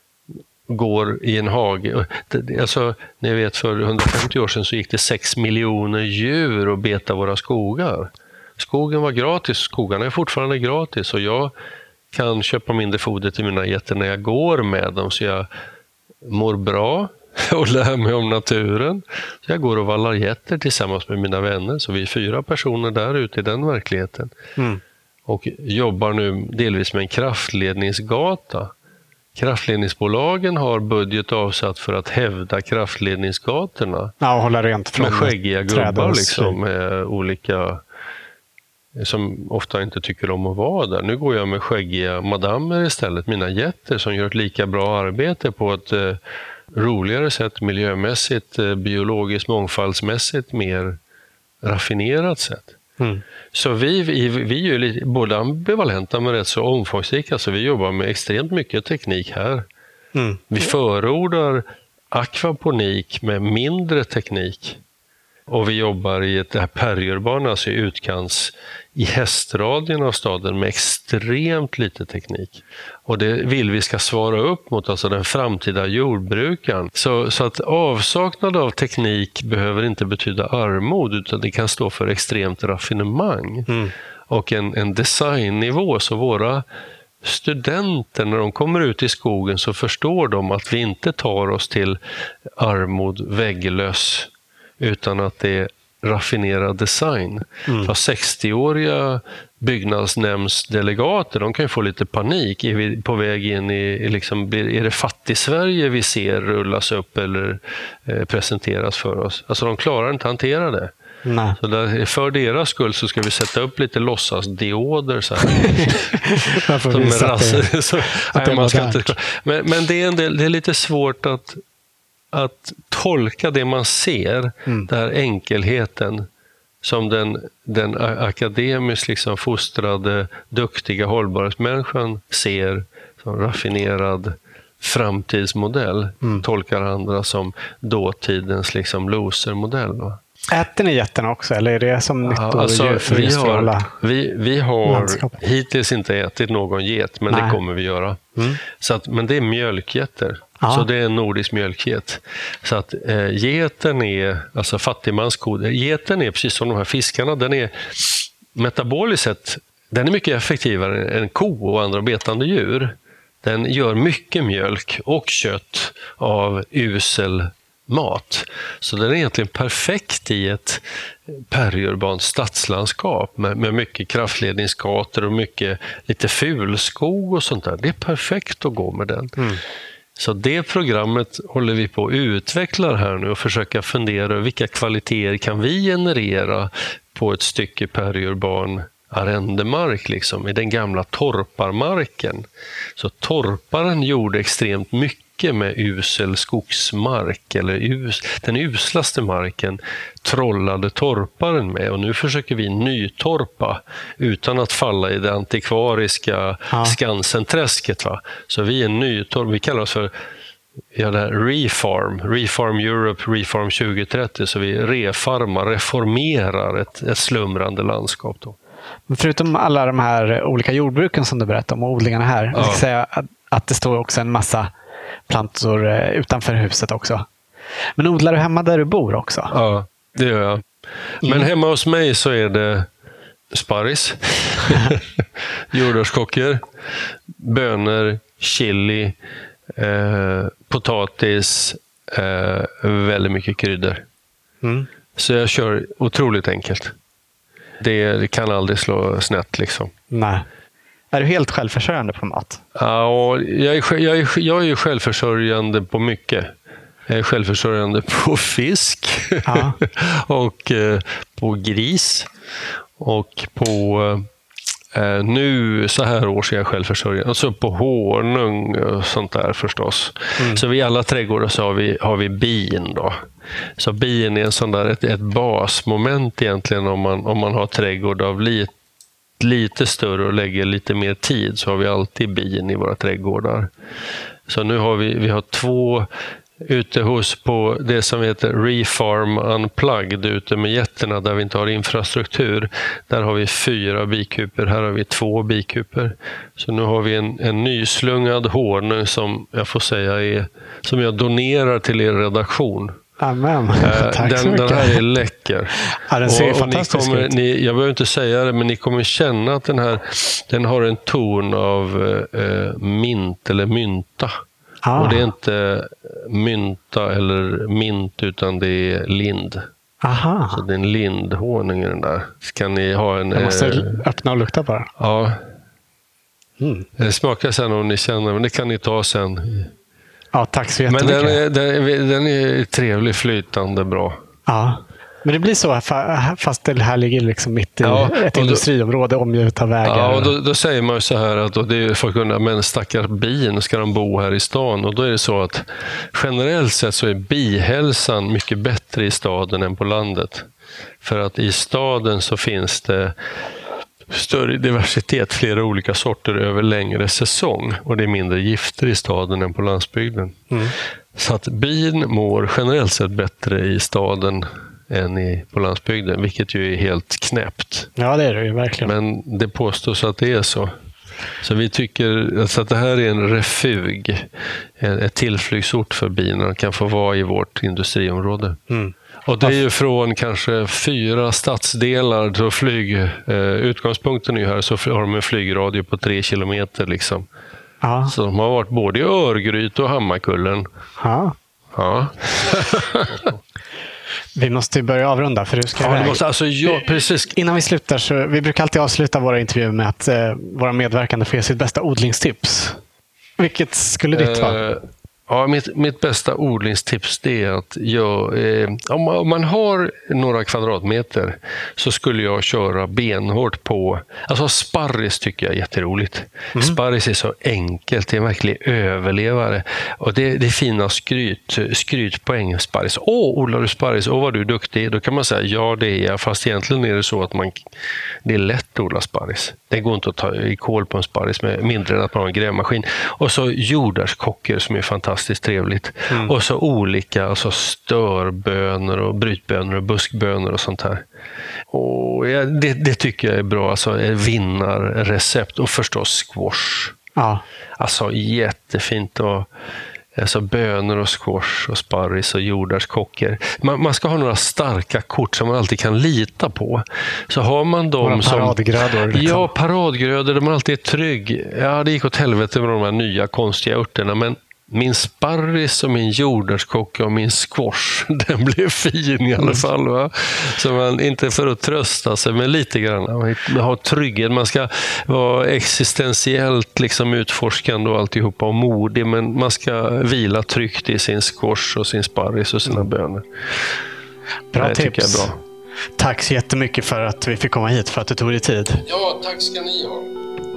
går i en hage. Alltså, ni vet, för 150 år sedan så gick det 6 miljoner djur och beta våra skogar. Skogen var gratis, skogarna är fortfarande gratis och jag kan köpa mindre foder till mina getter när jag går med dem så jag mår bra och lär mig om naturen. Så jag går och vallar getter tillsammans med mina vänner, så vi är 4 personer där ute i den verkligheten. Och jobbar nu delvis med en kraftledningsgata. Kraftledningsbolagen har budget avsatt för att hävda kraftledningsgatorna. Ja, och hålla rent från med skäggiga gubbar liksom, med olika som ofta inte tycker om att vara där. Nu går jag med skäggiga madammer istället, mina getter som gör ett lika bra arbete på ett roligare sätt, miljömässigt, biologiskt, mångfaldsmässigt, mer raffinerat sätt. Så vi är ju lite, både ambivalenta men rätt så omfångsrika, så vi jobbar med extremt mycket teknik här. Vi förordar akvaponik med mindre teknik. Och vi jobbar i det här periurbana, alltså i hästradien av staden med extremt lite teknik. Och det vill vi ska svara upp mot, alltså den framtida jordbrukaren. Så att avsaknad av teknik behöver inte betyda armod, utan det kan stå för extremt raffinemang. Och en designnivå, så våra studenter, när de kommer ut i skogen så förstår de att vi inte tar oss till armod vägglöss, utan att det är raffinerad design. För 60-åriga byggnadsnämndsdelegater, de kan ju få lite panik. Är vi på väg in i liksom, är det fattig-Sverige vi ser rullas upp eller presenteras för oss? Alltså de klarar inte att hantera det. Nej. Så där, för deras skull så ska vi sätta upp lite låtsasdioder så här. Men det är lite svårt att tolka det man ser, den här enkelheten som den akademiskt liksom fostrade, duktiga hållbarhetsmänniskan ser som raffinerad framtidsmodell, tolkar andra som dåtidens liksom losermodell. Va? Äter ni getterna också, eller är det som nytt och vi har hittills inte ätit någon get, men det kommer vi göra. Men det är mjölkgetter. Så det är en nordisk mjölkget. Så att geten är, alltså fattigmanskoder. Geten är precis som de här fiskarna, den är metaboliskt sett, den är mycket effektivare än ko och andra betande djur. Den gör mycket mjölk och kött av usel mat. Så den är egentligen perfekt i ett periurbant stadslandskap med mycket kraftledningsgator och mycket lite fulskog och sånt där. Det är perfekt att gå med den. Så det programmet håller vi på att utveckla här nu och försöka fundera över vilka kvaliteter kan vi generera på ett stycke periurban arrendemark liksom, i den gamla torparmarken. Så torparen gjorde extremt mycket med usel skogsmark, eller den uslaste marken trollade torparen med, och nu försöker vi nytorpa utan att falla i det antikvariska Skansenträsket. Va? Så vi är nytorp, vi kallar oss för det här Reform Europe, Reform 2030, så vi reformerar ett slumrande landskap då. Men förutom alla de här olika jordbruken som du berättade om och odlingarna här, jag ska säga att det står också en massa plantor utanför huset också. Men odlar du hemma där du bor också? Ja, det gör jag. Men hemma hos mig så är det sparris, jordärtskockor, bönor, chili, potatis, väldigt mycket kryddor. Så jag kör otroligt enkelt. Det kan aldrig slå snett liksom. Nej. Är du helt självförsörjande på mat? Ja, jag är ju självförsörjande på mycket. Jag är självförsörjande på fisk och på gris och på Nu så här år så är jag självförsörjande. Och så på honung och sånt där förstås. Så vid alla trädgårdar så har vi bin då. Så bin är en sån där ett basmoment egentligen om man har trädgård av lite större och lägger lite mer tid, så har vi alltid bin i våra trädgårdar. Så nu har vi har 2 ute på det som heter Refarm Unplugged ute med getterna där vi inte har infrastruktur. Där har vi 4 bikuper, här har vi 2 bikuper. Så nu har vi en nyslungad honung som jag får säga som jag donerar till er redaktion. Amen. Tack så mycket. Den här är läcker. Ja, den ser fantastisk ut. Jag behöver inte säga det, men ni kommer känna att den har en ton av mint eller mynta. Och det är inte mynta eller mint, utan det är lind. Aha. Så det är en lindhonung i den där. Ska ni ha en... Jag måste öppna och lukta på den. Ja. Det smakar sen om ni känner, men det kan ni ta sen. Ja, tack så jättemycket. Men den är trevlig, flytande, bra. Ja. Men det blir så fast det här ligger liksom mitt i ett industriområde omgivet av vägar. Ja, och då säger man ju så här att det är folk undrar, men stackars bin, ska de bo här i stan? Och då är det så att generellt sett så är bihälsan mycket bättre i staden än på landet. För att i staden så finns det större diversitet, flera olika sorter över längre säsong. Och det är mindre gifter i staden än på landsbygden. Så att bin mår generellt sett bättre i staden än på landsbygden, vilket ju är helt knäppt. Ja, det är det ju verkligen. Men det påstås att det är så. Så vi tycker att det här är en refug, ett tillflyktsort för bina, kan få vara i vårt industriområde. Och det är ju från kanske 4 stadsdelar till utgångspunkten är ju här, så har de en flygradio på 3 kilometer liksom. Ja. Så de har varit både i Örgryte och Hammarkullen. Ja. Vi måste börja avrunda för du ska iväg. Precis. Innan vi slutar så vi brukar alltid avsluta våra intervjuer med att våra medverkande får ge sitt bästa odlingstips. Vilket skulle ditt vara? Ja, mitt bästa odlingstips det är att om man har några kvadratmeter så skulle jag köra benhårt på, alltså sparris tycker jag är jätteroligt. Sparris är så enkelt, det är en verklig överlevare och det är fina skrytpoäng sparris. Odlar du sparris? Vad du är duktig. Då kan man säga ja, det är jag, fast egentligen är det så att det är lätt att odla sparris. Det går inte att ta i kål på en sparris med mindre än att man har en grävmaskin. Och så jordärtskockor som är fantastiskt trevligt. Och så olika, alltså störbönor och brytbönor och buskbönor och sånt här. Och det tycker jag är bra, alltså vinnarrecept. Och förstås squash. Ja. Alltså jättefint och alltså bönor och squash och sparris och jordärtskockor. Man ska ha några starka kort som man alltid kan lita på. Så har man dem som paradgrödor. Liksom. Ja, paradgrödor där man alltid är trygg. Ja, det gick åt helvete med de här nya konstiga örterna, men min sparris och min jordärtskocka och min squash, den blev fin i alla fall. Va? Så man, inte för att trösta sig, men lite grann. Man har trygghet, man ska vara existentiellt liksom utforskande och alltihopa och modig, men man ska vila tryggt i sin squash och sin sparris och sina bönor. Bra tips. Bra. Tack så jättemycket för att vi fick komma hit, för att du tog dig tid. Ja, tack ska ni ha.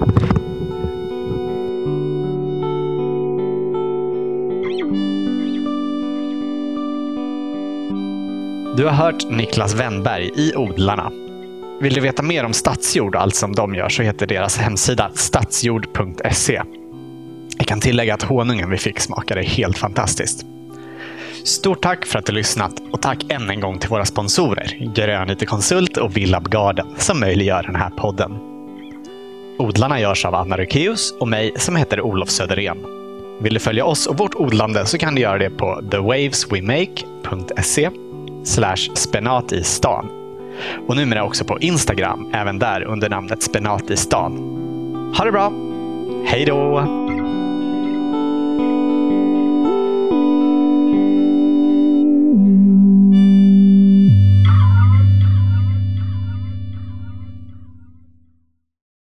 Du har hört Niklas Wennberg i Odlarna. Vill du veta mer om Stadsjord och allt som de gör så heter deras hemsida stadsjord.se. Jag kan tillägga att honungen vi fick smakade helt fantastiskt. Stort tack för att du lyssnat och tack än en gång till våra sponsorer Grön IT-konsult och Villab Garden som möjliggör den här podden. Odlarna görs av Anna Rökeus och mig som heter Olof Söderén. Vill du följa oss och vårt odlande så kan du göra det på thewaveswemake.se/spenat i stan. Och numera också på Instagram, även där under namnet Spenat i stan. Ha det bra! Hej då!